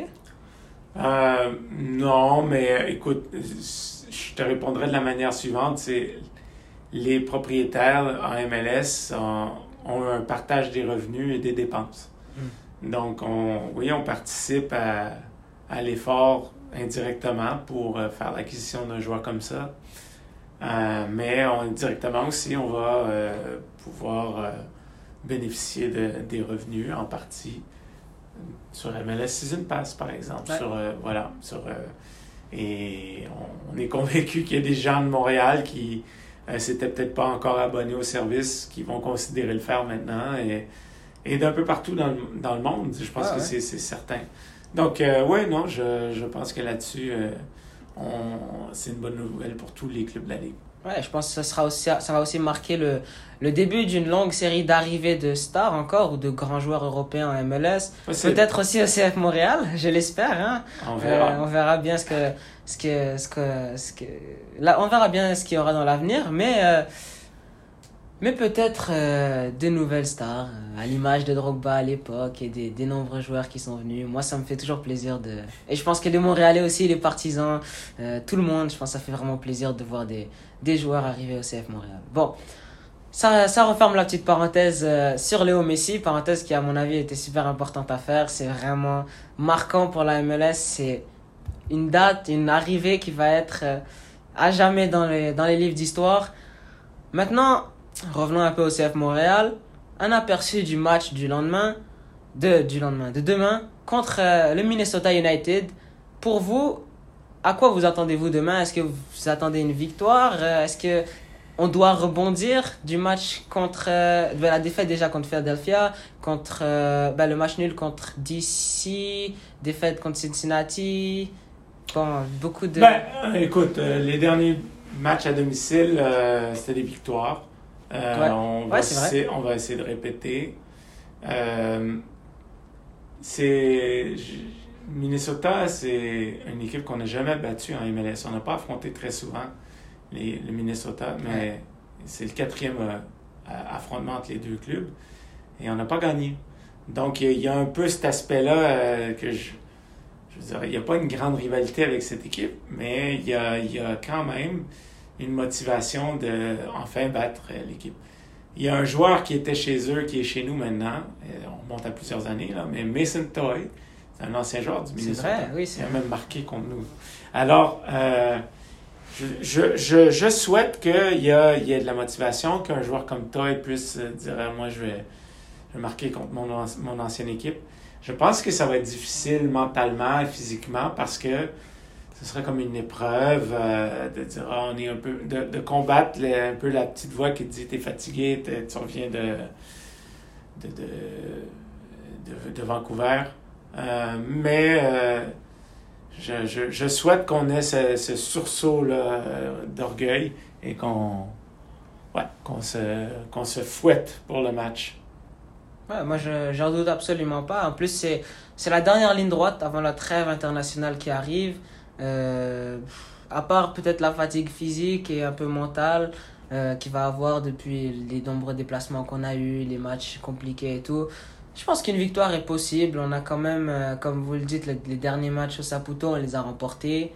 Non, mais écoute, je te répondrai de la manière suivante. C'est les propriétaires en MLS ont un partage des revenus et des dépenses. Donc, on participe à l'effort indirectement pour faire l'acquisition d'un joueur comme ça. Mais indirectement aussi, on va pouvoir bénéficier des revenus en partie sur MLS Season Pass, par exemple. Ouais. Et on est convaincu qu'il y a des gens de Montréal qui s'étaient peut-être pas encore abonnés au service, qui vont considérer le faire maintenant, et d'un peu partout dans le monde. Je pense que c'est certain. Donc, je pense que là-dessus, c'est une bonne nouvelle pour tous les clubs de la Ligue. Ouais, je pense que ça va aussi marquer le début d'une longue série d'arrivées de stars encore, ou de grands joueurs européens en MLS. Peut-être aussi au CF Montréal, je l'espère. Hein. On verra. On verra bien on verra bien ce qu'il y aura dans l'avenir, mais peut-être de nouvelles stars, à l'image de Drogba à l'époque et des nombreux joueurs qui sont venus. Moi, ça me fait toujours plaisir Et je pense que les Montréalais aussi, les partisans, tout le monde, je pense que ça fait vraiment plaisir de voir des joueurs arriver au CF Montréal. Bon, ça referme la petite parenthèse sur Léo Messi, parenthèse qui, à mon avis, était super importante à faire. C'est vraiment marquant pour la MLS. C'est une date, une arrivée qui va être à jamais dans les livres d'histoire. Maintenant, revenons un peu au CF Montréal. Un aperçu du match de demain contre le Minnesota United. Pour vous, à quoi vous attendez-vous demain? Est-ce que vous attendez une victoire? Est-ce que on doit rebondir du match de la défaite déjà contre Philadelphia, contre le match nul contre DC, défaite contre Cincinnati? Bon, beaucoup de... écoute, les derniers matchs à domicile, c'était des victoires. On va essayer de répéter. Minnesota, c'est une équipe qu'on n'a jamais battue en MLS. On n'a pas affronté très souvent le Minnesota, mais c'est le 4e affrontement entre les deux clubs. Et on n'a pas gagné. Donc, il y a un peu cet aspect-là que je veux dire, il n'y a pas une grande rivalité avec cette équipe, mais il y a quand même une motivation de enfin battre l'équipe. Il y a un joueur qui était chez eux, qui est chez nous maintenant. On remonte à plusieurs années, là, mais Mason Toy, c'est un ancien joueur du Minnesota. C'est vrai, oui, c'est vrai. Il a même marqué contre nous. Alors, je souhaite qu'il y ait de la motivation, qu'un joueur comme Toy puisse dire « Moi, je vais marquer contre mon ancienne équipe ». Je pense que ça va être difficile mentalement et physiquement parce que ce serait comme une épreuve de dire on est un peu de combattre un peu la petite voix qui te dit t'es fatigué, tu reviens de Vancouver. Mais je souhaite qu'on ait ce sursaut là, d'orgueil et qu'on se fouette pour le match. Ouais, moi, j'en doute absolument pas. En plus, c'est la dernière ligne droite avant la trêve internationale qui arrive. À part peut-être la fatigue physique et un peu mentale qu'il va avoir depuis les nombreux déplacements qu'on a eus, les matchs compliqués et tout. Je pense qu'une victoire est possible. On a quand même, comme vous le dites, les derniers matchs au Saputo, on les a remportés.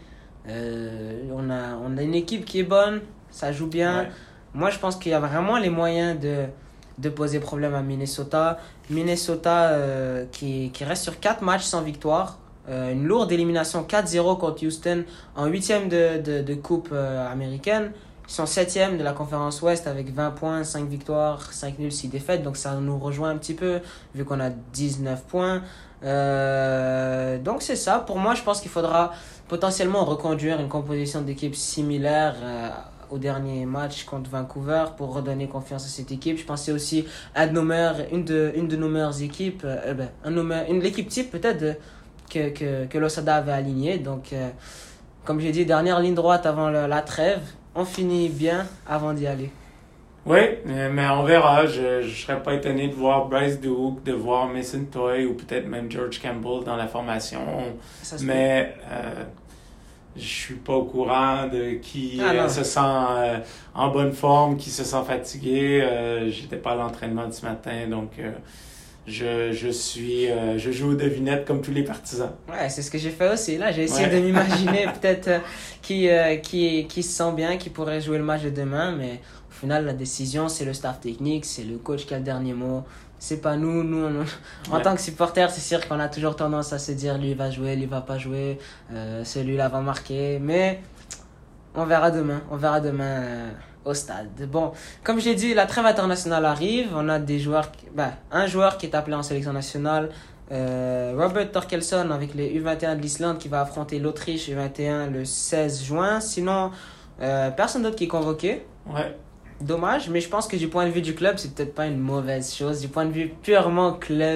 On a une équipe qui est bonne, ça joue bien. Ouais. Moi, je pense qu'il y a vraiment les moyens de poser problème à Minnesota. Minnesota qui reste sur 4 matchs sans victoire. Une lourde élimination 4-0 contre Houston en 8e de Coupe américaine. Ils sont 7e de la conférence Ouest avec 20 points, 5 victoires, 5 nuls, 6 défaites. Donc ça nous rejoint un petit peu vu qu'on a 19 points. Donc c'est ça. Pour moi, je pense qu'il faudra potentiellement reconduire une composition d'équipe similaire au dernier match contre Vancouver pour redonner confiance à cette équipe. Je pensais aussi à une de nos meilleures équipes, l'équipe type peut-être que l'Osada avait alignée. Donc, comme j'ai dit, dernière ligne droite avant la trêve. On finit bien avant d'y aller. Oui, mais on verra. Je serais pas étonné de voir Bryce Duke, de voir Mason Toy ou peut-être même George Campbell dans la formation. Mais je suis pas au courant de qui se sent en bonne forme, qui se sent fatigué. J'étais pas à l'entraînement ce matin, donc je joue aux devinettes comme tous les partisans. Ouais, c'est ce que j'ai fait aussi. Là, j'ai essayé de m'imaginer peut-être qui se sent bien, qui pourrait jouer le match de demain, mais au final, la décision, c'est le staff technique, c'est le coach qui a le dernier mot. C'est pas nous. En tant que supporter, c'est sûr qu'on a toujours tendance à se dire lui va jouer, lui va pas jouer, celui-là va marquer, mais on verra demain au stade. Bon, comme j'ai dit, la trêve internationale arrive, on a des joueurs, un joueur qui est appelé en sélection nationale, Robert Torkelson avec les U21 de l'Islande qui va affronter l'Autriche U21 le 16 juin. Sinon, personne d'autre qui est convoqué. Ouais. Dommage, mais je pense que du point de vue du club, c'est peut-être pas une mauvaise chose. Du point de vue purement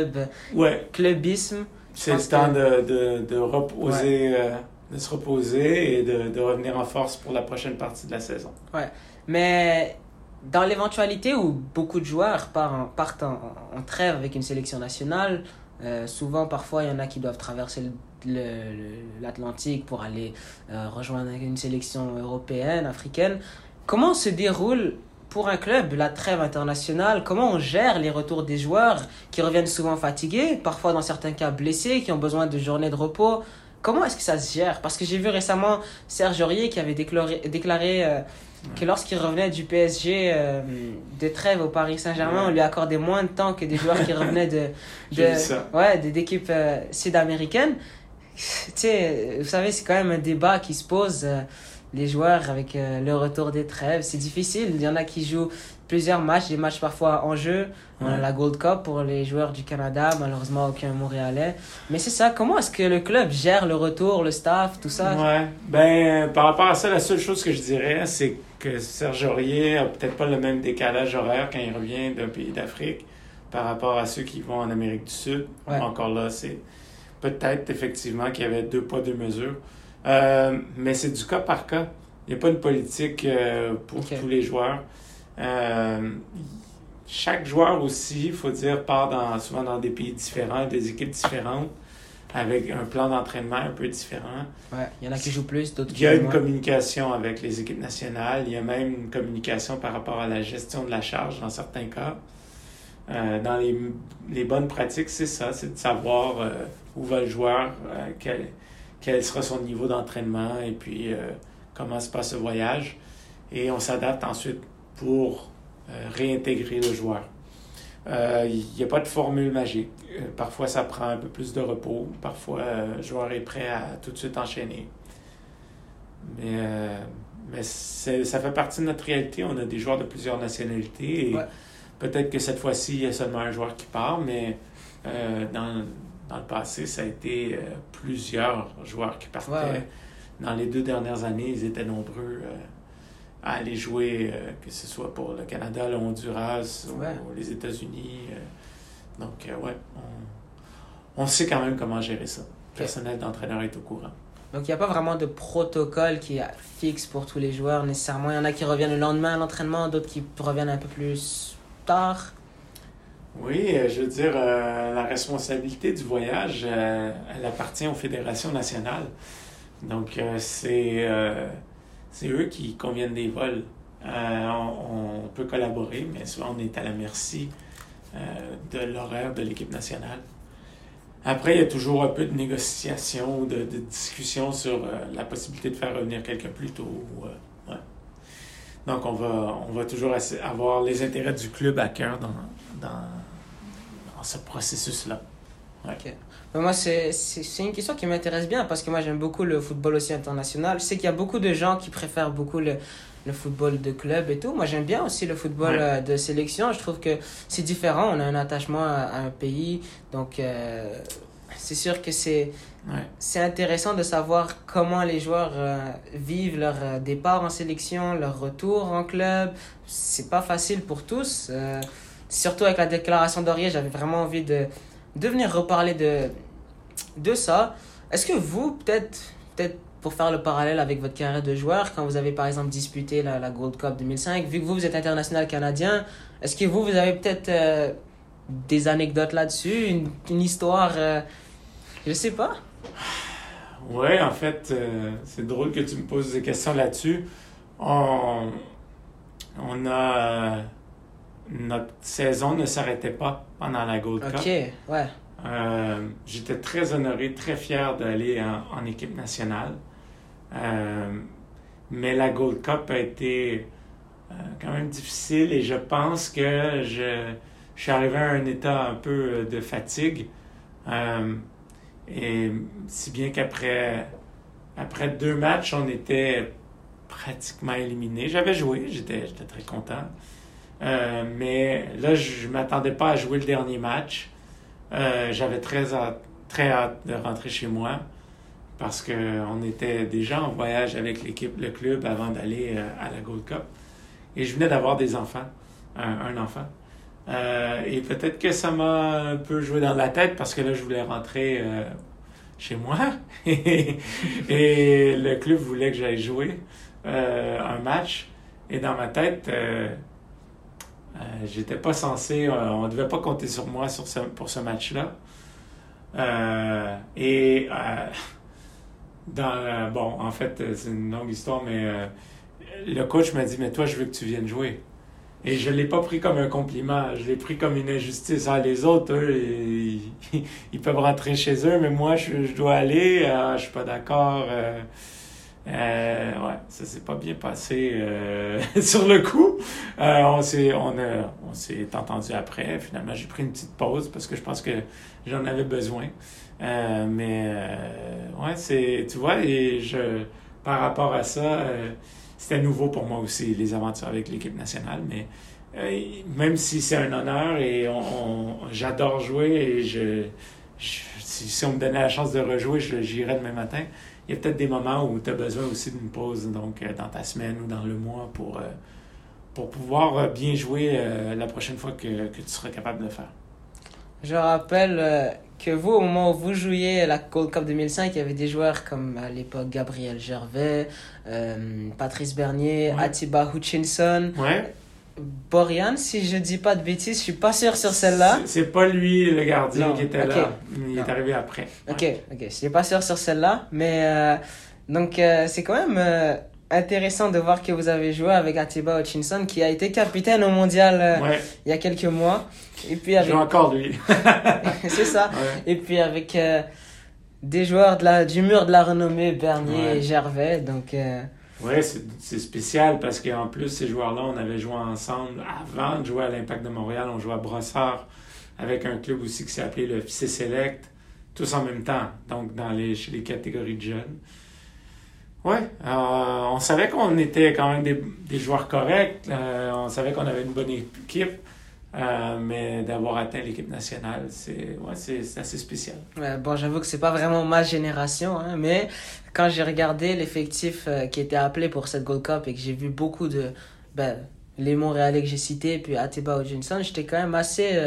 clubisme. C'est le temps de reposer, de se reposer et de revenir en force pour la prochaine partie de la saison. Ouais, mais dans l'éventualité où beaucoup de joueurs partent en trêve avec une sélection nationale, souvent, parfois, il y en a qui doivent traverser l'Atlantique pour aller rejoindre une sélection européenne, africaine. Comment se déroule pour un club la trêve internationale? Comment on gère les retours des joueurs qui reviennent souvent fatigués, parfois dans certains cas blessés, qui ont besoin de journées de repos? Comment est-ce que ça se gère? Parce que j'ai vu récemment Serge Aurier qui avait déclaré que lorsqu'il revenait du PSG de trêve au Paris Saint-Germain, on lui accordait moins de temps que des joueurs qui revenaient d'équipes sud-américaines. Tu sais, vous savez, c'est quand même un débat qui se pose. Les joueurs avec le retour des trêves, c'est difficile. Il y en a qui jouent plusieurs matchs, des matchs parfois en jeu. On a la Gold Cup pour les joueurs du Canada, malheureusement aucun Montréalais. Mais c'est ça, comment est-ce que le club gère le retour, le staff, tout ça? Ouais, par rapport à ça, la seule chose que je dirais, c'est que Serge Aurier a peut-être pas le même décalage horaire quand il revient d'un pays d'Afrique par rapport à ceux qui vont en Amérique du Sud. Ouais. Encore là, c'est peut-être effectivement qu'il y avait 2 poids, 2 mesures. Mais c'est du cas par cas. Il n'y a pas une politique pour tous les joueurs. Chaque joueur aussi, il faut dire, part souvent dans des pays différents, des équipes différentes. avec un plan d'entraînement un peu différent. Ouais, il y en a qui jouent plus, d'autres Il qui y a jouent une moins. communication avec les équipes nationales. Il y a même une communication par rapport à la gestion de la charge dans certains cas. Dans les bonnes pratiques, c'est ça, c'est de savoir où va le joueur, quel sera son niveau d'entraînement et puis comment se passe ce voyage. Et on s'adapte ensuite pour réintégrer le joueur. Il n'y a pas de formule magique. Parfois, ça prend un peu plus de repos. Parfois, le joueur est prêt à tout de suite enchaîner. Mais ça fait partie de notre réalité. On a des joueurs de plusieurs nationalités. Et peut-être que cette fois-ci, il y a seulement un joueur qui part, mais dans le passé, ça a été plusieurs joueurs qui partaient. Ouais. Dans les 2 dernières années, ils étaient nombreux à aller jouer, que ce soit pour le Canada, le Honduras ou les États-Unis. Donc, on sait quand même comment gérer ça. Le personnel d'entraîneur est au courant. Donc, il n'y a pas vraiment de protocole qui est fixe pour tous les joueurs nécessairement. Il y en a qui reviennent le lendemain à l'entraînement, d'autres qui reviennent un peu plus tard. Oui, je veux dire, la responsabilité du voyage, elle appartient aux fédérations nationales. Donc, c'est eux qui conviennent des vols. On peut collaborer, mais souvent on est à la merci de l'horaire de l'équipe nationale. Après, il y a toujours un peu de négociation ou de discussion sur la possibilité de faire revenir quelqu'un plus tôt. Ouais. Donc, on va toujours avoir les intérêts du club à cœur dans ce processus-là. Ouais. Okay. Mais moi, c'est une question qui m'intéresse bien parce que moi, j'aime beaucoup le football aussi international. Je sais qu'il y a beaucoup de gens qui préfèrent beaucoup le football de club et tout. Moi, j'aime bien aussi le football de sélection. Je trouve que c'est différent. On a un attachement à un pays. Donc, c'est sûr que c'est intéressant de savoir comment les joueurs vivent leur départ en sélection, leur retour en club. C'est pas facile pour tous. Surtout avec la déclaration d'Aurier, j'avais vraiment envie de venir reparler de ça. Est-ce que vous, peut-être pour faire le parallèle avec votre carrière de joueur, quand vous avez par exemple disputé la Gold Cup 2005, vu que vous êtes international canadien, est-ce que vous avez peut-être des anecdotes là-dessus, une histoire, je sais pas? Oui, en fait, c'est drôle que tu me poses des questions là-dessus. On a... notre saison ne s'arrêtait pas pendant la Gold Cup. OK, ouais. J'étais très honoré, très fier d'aller en équipe nationale. Mais la Gold Cup a été quand même difficile et je pense que je suis arrivé à un état un peu de fatigue. Et si bien qu'après 2 matchs, on était pratiquement éliminés. J'avais joué, j'étais très content. Mais là, je ne m'attendais pas à jouer le dernier match. J'avais très hâte de rentrer chez moi parce qu'on était déjà en voyage avec l'équipe, le club, avant d'aller à la Gold Cup. Et je venais d'avoir des enfants, un enfant. Et peut-être que ça m'a un peu joué dans la tête parce que là, je voulais rentrer chez moi. Et le club voulait que j'aille jouer un match. Et dans ma tête... j'étais pas censé, on devait pas compter sur moi pour ce match-là. Bon, en fait, c'est une longue histoire, mais le coach m'a dit, mais toi, je veux que tu viennes jouer. Et je l'ai pas pris comme un compliment, je l'ai pris comme une injustice. Les autres, eux, ils peuvent rentrer chez eux, mais moi, je dois aller, je suis pas d'accord. Ça s'est pas bien passé sur le coup. On s'est entendu après. Finalement, j'ai pris une petite pause parce que je pense que j'en avais besoin. Tu vois, par rapport à ça, c'était nouveau pour moi aussi, les aventures avec l'équipe nationale. Mais même si c'est un honneur et j'adore jouer et si on me donnait la chance de rejouer, j'irais demain matin. Il y a peut-être des moments où tu as besoin aussi d'une pause, donc dans ta semaine ou dans le mois, pour pouvoir bien jouer la prochaine fois que tu seras capable de le faire. Je rappelle que vous, au moment où vous jouiez la Gold Cup 2005, il y avait des joueurs comme à l'époque Gabriel Gervais, Patrice Bernier, Atiba Hutchinson. Ouais. Borian, si je dis pas de bêtises, je suis pas sûr sur celle-là. C'est pas lui le gardien Non, qui était ok. là. Il Non. est arrivé après. Ok, je suis pas sûr sur celle-là, mais donc c'est quand même intéressant de voir que vous avez joué avec Atiba Hutchinson qui a été capitaine au mondial Ouais, il y a quelques mois. Et puis je avec joue encore lui. c'est ça. Ouais. Et puis avec des joueurs du mur de la renommée, Bernier Ouais. et Gervais. Donc Ouais, c'est spécial parce qu'en plus, ces joueurs-là, on avait joué ensemble avant de jouer à l'Impact de Montréal. On jouait à Brossard avec un club aussi qui s'est appelé le FC Select, tous en même temps, donc chez les catégories de jeunes. Ouais, on savait qu'on était quand même des joueurs corrects, on savait qu'on avait une bonne équipe, mais d'avoir atteint l'équipe nationale, c'est assez spécial. ouais, bon, j'avoue que c'est pas vraiment ma génération, hein, mais quand j'ai regardé l'effectif qui était appelé pour cette Gold Cup et que j'ai vu beaucoup de les Montréalais que j'ai cités, puis Atiba Hutchinson, j'étais quand même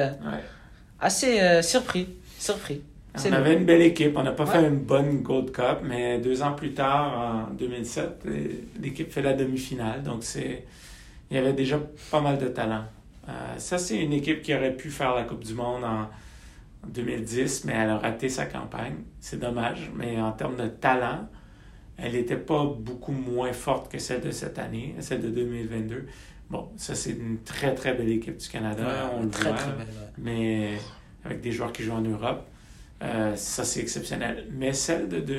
assez surpris. On avait une belle équipe. On n'a pas Ouais. fait une bonne Gold Cup, mais 2 ans plus tard, en 2007, l'équipe fait la demi-finale. Donc, il y avait déjà pas mal de talent. Ça, c'est une équipe qui aurait pu faire la Coupe du Monde en 2010, mais elle a raté sa campagne. C'est dommage. Mais en termes de talent, elle n'était pas beaucoup moins forte que celle de cette année, celle de 2022. Bon, ça, c'est une très, très belle équipe du Canada. On le très voit, très belle. Ouais. mais avec des joueurs qui jouent en Europe. Ça, c'est exceptionnel. Mais celle de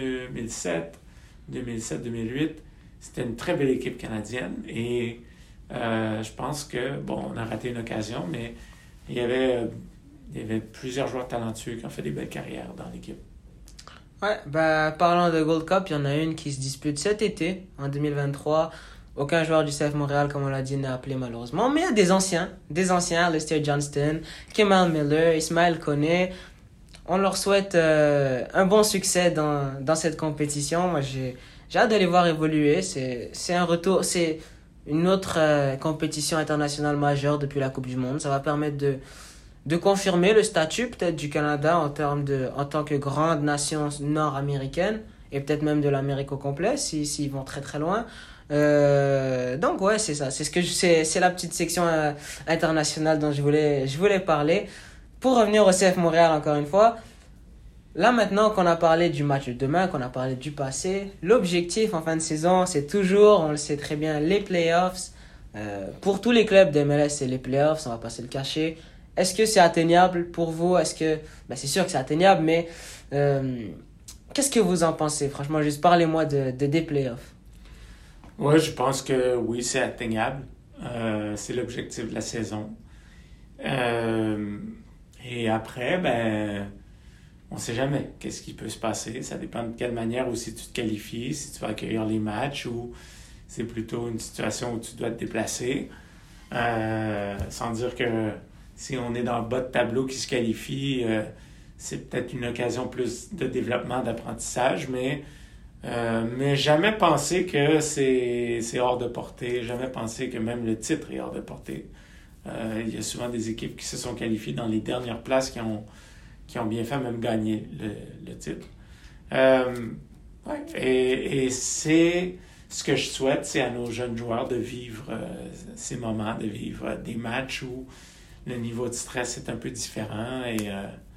2007-2008, c'était une très belle équipe canadienne. Et je pense que, bon, on a raté une occasion, mais il y avait plusieurs joueurs talentueux qui ont fait des belles carrières dans l'équipe. Ouais, parlant de Gold Cup, il y en a une qui se dispute cet été, en 2023. Aucun joueur du CF Montréal, comme on l'a dit, n'est appelé malheureusement. Mais il y a des anciens, Lester Johnston, Kemal Miller, Ismaël Koné. On leur souhaite un bon succès dans cette compétition. Moi, j'ai hâte de les voir évoluer. C'est un retour, c'est une autre compétition internationale majeure depuis la Coupe du Monde. Ça va permettre de confirmer le statut peut-être du Canada en tant que grande nation nord-américaine et peut-être même de l'Amérique au complet s'ils vont très très loin. Donc ouais, c'est ça. C'est la petite section internationale dont je voulais parler. Pour revenir au CF Montréal encore une fois, là maintenant qu'on a parlé du match de demain, qu'on a parlé du passé, l'objectif en fin de saison, c'est toujours, on le sait très bien, les playoffs. Pour tous les clubs de MLS, c'est les playoffs, on va pas se le cacher. Est-ce que c'est atteignable pour vous? C'est sûr que c'est atteignable, mais qu'est-ce que vous en pensez? Franchement, juste parlez-moi des playoffs. Oui, je pense que oui, c'est atteignable. C'est l'objectif de la saison. Et après, on ne sait jamais qu'est-ce qui peut se passer. Ça dépend de quelle manière aussi tu te qualifies, si tu vas accueillir les matchs ou c'est plutôt une situation où tu dois te déplacer. Sans dire que si on est dans le bas de tableau qui se qualifie, c'est peut-être une occasion plus de développement, d'apprentissage, mais jamais penser que c'est hors de portée, jamais penser que même le titre est hors de portée. Il y a souvent des équipes qui se sont qualifiées dans les dernières places qui ont bien fait même gagner le titre. Et c'est ce que je souhaite, c'est à nos jeunes joueurs de vivre ces moments, de vivre des matchs où le niveau de stress est un peu différent et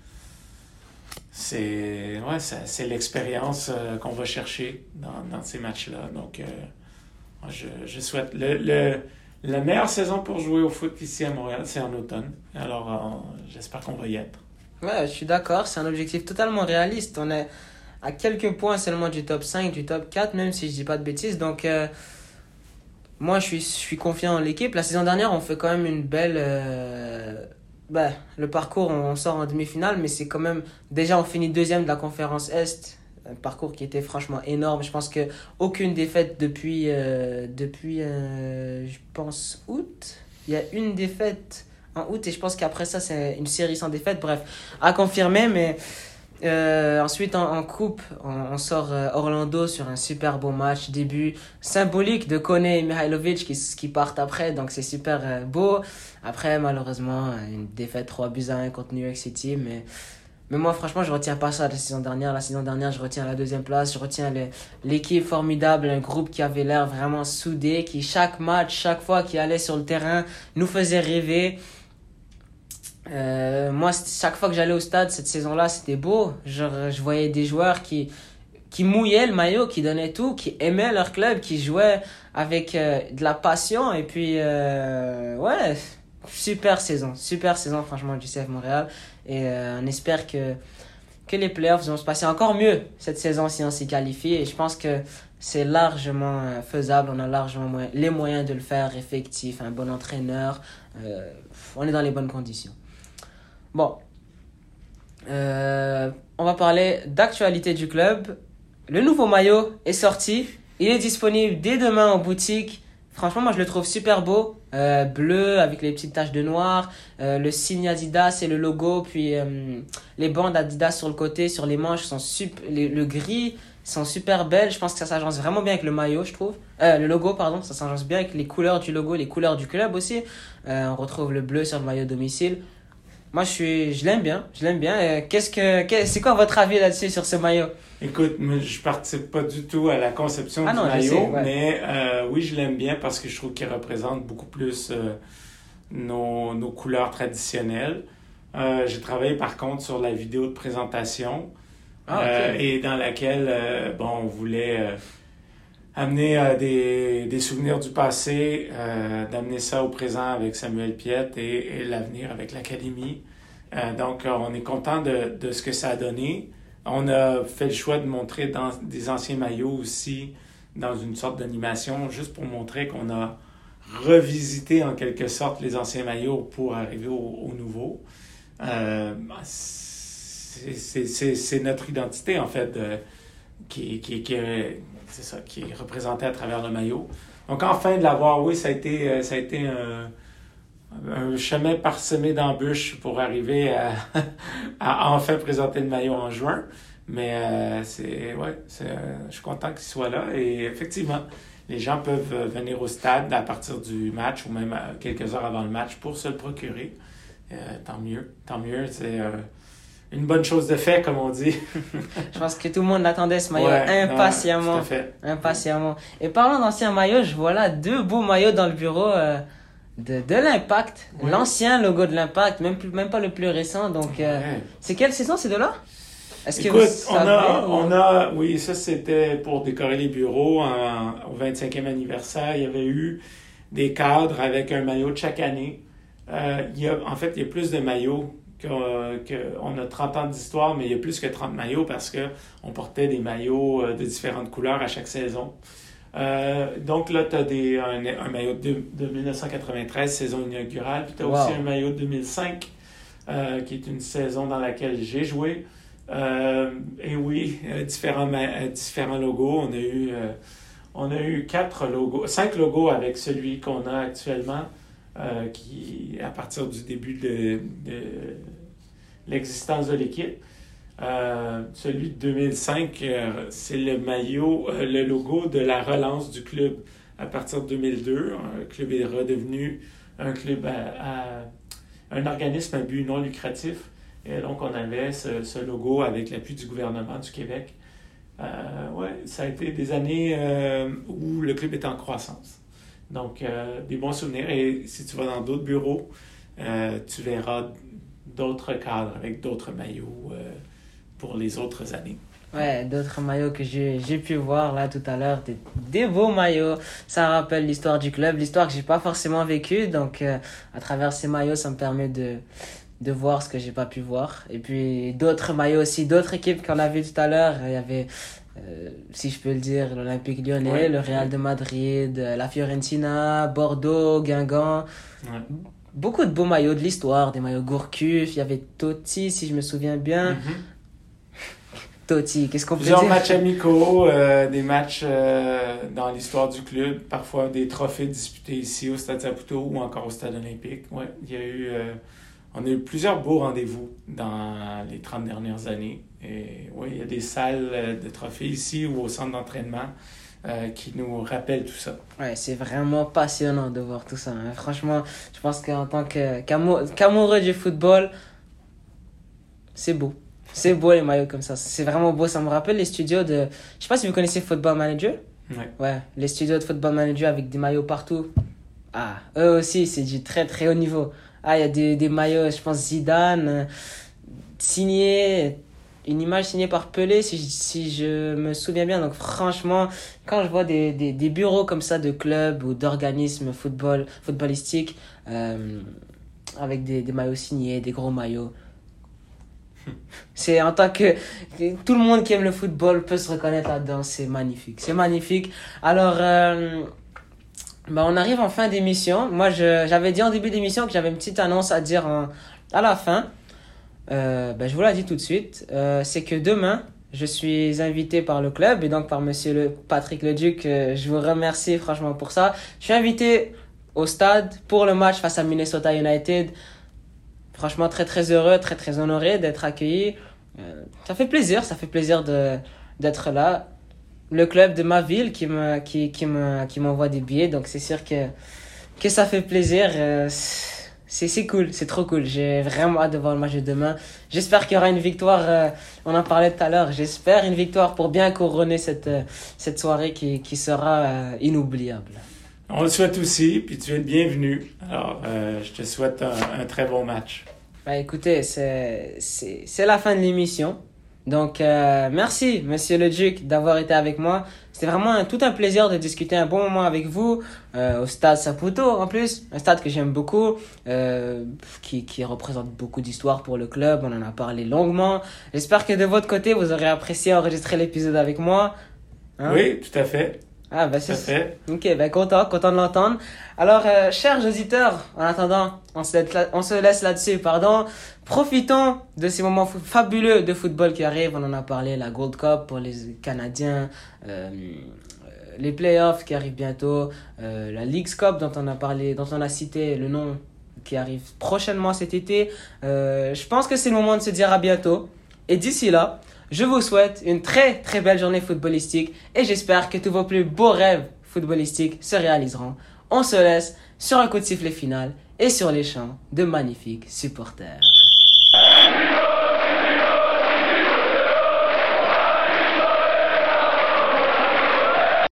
c'est l'expérience qu'on va chercher dans ces matchs-là. Donc, je souhaite... La meilleure saison pour jouer au foot ici à Montréal, c'est en automne. Alors, j'espère qu'on va y être. Ouais, je suis d'accord, c'est un objectif totalement réaliste. On est à quelques points seulement du top 5, du top 4, même si je dis pas de bêtises. Donc, moi, je suis confiant en l'équipe. La saison dernière, on fait quand même une belle... le parcours, on sort en demi-finale, mais c'est quand même... Déjà, on finit deuxième de la conférence Est. Un parcours qui était franchement énorme. Je pense qu'aucune défaite depuis je pense, août. Il y a une défaite en août et je pense qu'après ça, c'est une série sans défaite. Bref, à confirmer, mais... ensuite en coupe on sort Orlando sur un super beau match, début symbolique de Koné et Mihailovic qui partent après, donc c'est super beau. Après malheureusement une défaite 3-1 contre New York City, mais Mais moi, franchement, je retiens pas ça de la saison dernière. La saison dernière, je retiens la deuxième place. Je retiens l'équipe formidable, un groupe qui avait l'air vraiment soudé, qui chaque match, chaque fois qu'il allait sur le terrain, nous faisait rêver. Moi, chaque fois que j'allais au stade cette saison-là, c'était beau. Je voyais des joueurs qui mouillaient le maillot, qui donnaient tout, qui aimaient leur club, qui jouaient avec de la passion. Et puis, ouais, super saison, franchement, du CF Montréal. Et on espère que les playoffs vont se passer encore mieux cette saison si on s'y qualifie. Et je pense que c'est largement faisable. On a largement les moyens de le faire, effectif, un bon entraîneur. On est dans les bonnes conditions. Bon, on va parler d'actualité du club. Le nouveau maillot est sorti. Il est disponible dès demain en boutique. Franchement, moi, je le trouve super beau. Bleu avec les petites taches de noir. Le signe Adidas et le logo. Puis les bandes Adidas sur le côté, sur les manches, sont le gris sont super belles. Je pense que ça s'agence vraiment bien avec le maillot, je trouve. Le logo, pardon. Ça s'agence bien avec les couleurs du logo, les couleurs du club aussi. On retrouve le bleu sur le maillot domicile. Moi, je l'aime bien. C'est quoi votre avis là-dessus sur ce maillot? Écoute, moi, je participe pas du tout à la conception du maillot, sais, ouais. mais oui, je l'aime bien parce que je trouve qu'il représente beaucoup plus nos couleurs traditionnelles. J'ai travaillé par contre sur la vidéo de présentation et dans laquelle, on voulait amener des souvenirs du passé, d'amener ça au présent avec Samuel Piette et l'avenir avec l'Académie. Donc, on est content de ce que ça a donné. On a fait le choix de montrer des anciens maillots aussi dans une sorte d'animation, juste pour montrer qu'on a revisité en quelque sorte les anciens maillots pour arriver au nouveau. C'est notre identité, en fait, qui est représentée à travers le maillot. Donc, enfin, de l'avoir, oui, ça a été un chemin parsemé d'embûches pour arriver à enfin présenter le maillot en juin. Mais je suis content qu'il soit là. Et effectivement, les gens peuvent venir au stade à partir du match ou même quelques heures avant le match pour se le procurer. Tant mieux. C'est une bonne chose de fait, comme on dit. Je pense que tout le monde attendait ce maillot impatiemment. Tout à fait. Impatiemment. Et parlant d'anciens maillots, je vois là 2 beaux maillots dans le bureau de l'Impact. Ouais. L'ancien logo de l'Impact, même pas le plus récent. Donc, c'est quelle saison ces deux-là? Est-ce que écoute, vous savez, oui, ça c'était pour décorer les bureaux au 25e anniversaire. Il y avait eu des cadres avec un maillot de chaque année. Il y a plus de maillots on a 30 ans d'histoire, mais il y a plus que 30 maillots parce qu'on portait des maillots de différentes couleurs à chaque saison. Donc là, tu as un maillot de 1993, saison inaugurale, puis tu as aussi un maillot de 2005, qui est une saison dans laquelle j'ai joué. Et oui, différents logos. On a eu 5 logos avec celui qu'on a actuellement, qui à partir du début de l'existence de l'équipe. Celui de 2005, c'est le logo de la relance du club à partir de 2002. Le club est redevenu un club un organisme à but non lucratif. Et donc, on avait ce logo avec l'appui du gouvernement du Québec. Ça a été des années où le club était en croissance. Donc, des bons souvenirs. Et si tu vas dans d'autres bureaux, tu verras d'autres cadres avec d'autres maillots pour les autres années. Ouais, d'autres maillots que j'ai pu voir là tout à l'heure, des beaux maillots. Ça rappelle l'histoire du club, l'histoire que j'ai pas forcément vécue. Donc, à travers ces maillots, ça me permet de voir ce que j'ai pas pu voir. Et puis, d'autres maillots aussi, d'autres équipes qu'on a vues tout à l'heure. Il y avait, si je peux le dire, l'Olympique Lyonnais, le Real de Madrid, la Fiorentina, Bordeaux, Guingamp. Ouais. Beaucoup de beaux maillots de l'histoire, des maillots Gourcuff. Il y avait Totti, si je me souviens bien. Totti, qu'est-ce qu'on peut dire? Plusieurs matchs amicaux, des matchs dans l'histoire du club, parfois des trophées disputés ici au Stade Saputo ou encore au Stade olympique. Ouais, on a eu plusieurs beaux rendez-vous dans les 30 dernières années. Et oui, il y a des salles de trophées ici ou au centre d'entraînement qui nous rappellent tout ça. Ouais, c'est vraiment passionnant de voir tout ça. Hein. Franchement, je pense qu'en tant qu'amoureux du football, c'est beau. C'est beau les maillots comme ça. C'est vraiment beau. Ça me rappelle les studios de... Je sais pas si vous connaissez Football Manager. Ouais, les studios de Football Manager avec des maillots partout. Ah, eux aussi, c'est du très très haut niveau. Ah, il y a des maillots, je pense Zidane, signé, une image signée par Pelé, si je me souviens bien. Donc franchement, quand je vois des bureaux comme ça de clubs ou d'organismes footballistiques, avec des maillots signés, des gros maillots, c'est en tant que tout le monde qui aime le football peut se reconnaître là-dedans. C'est magnifique, c'est magnifique. Alors, on arrive en fin d'émission. Moi, j'avais dit en début d'émission que j'avais une petite annonce à dire à la fin. Je vous l'ai dit tout de suite. C'est que demain, je suis invité par le club et donc par monsieur Patrick Leduc. Je vous remercie franchement pour ça. Je suis invité au stade pour le match face à Minnesota United. Franchement, très très heureux, très très honoré d'être accueilli. Ça fait plaisir d'être là. Le club de ma ville qui m'envoie des billets, donc c'est sûr que ça fait plaisir. C'est cool, c'est trop cool. J'ai vraiment hâte de voir le match de demain. J'espère qu'il y aura une victoire, on en parlait tout à l'heure, j'espère une victoire pour bien couronner cette soirée qui sera inoubliable. On le souhaite aussi, puis tu es le bienvenu. Alors, je te souhaite un très bon match. Écoutez, c'est la fin de l'émission. Donc, merci, monsieur le Duc, d'avoir été avec moi. C'était vraiment tout un plaisir de discuter un bon moment avec vous, au stade Saputo, en plus. Un stade que j'aime beaucoup, qui représente beaucoup d'histoire pour le club. On en a parlé longuement. J'espère que de votre côté, vous aurez apprécié enregistrer l'épisode avec moi. Hein? Oui, tout à fait. Ah, c'est fait. Ok, content de l'entendre. Alors, chers auditeurs, en attendant, on se laisse là-dessus, pardon. Profitons de ces moments fabuleux de football qui arrivent. On en a parlé, la Gold Cup pour les Canadiens, les playoffs qui arrivent bientôt, la Leagues Cup dont on a parlé, dont on a cité le nom qui arrive prochainement cet été. Je pense que c'est le moment de se dire à bientôt. Et d'ici là, je vous souhaite une très très belle journée footballistique et j'espère que tous vos plus beaux rêves footballistiques se réaliseront. On se laisse sur un coup de sifflet final et sur les chants de magnifiques supporters.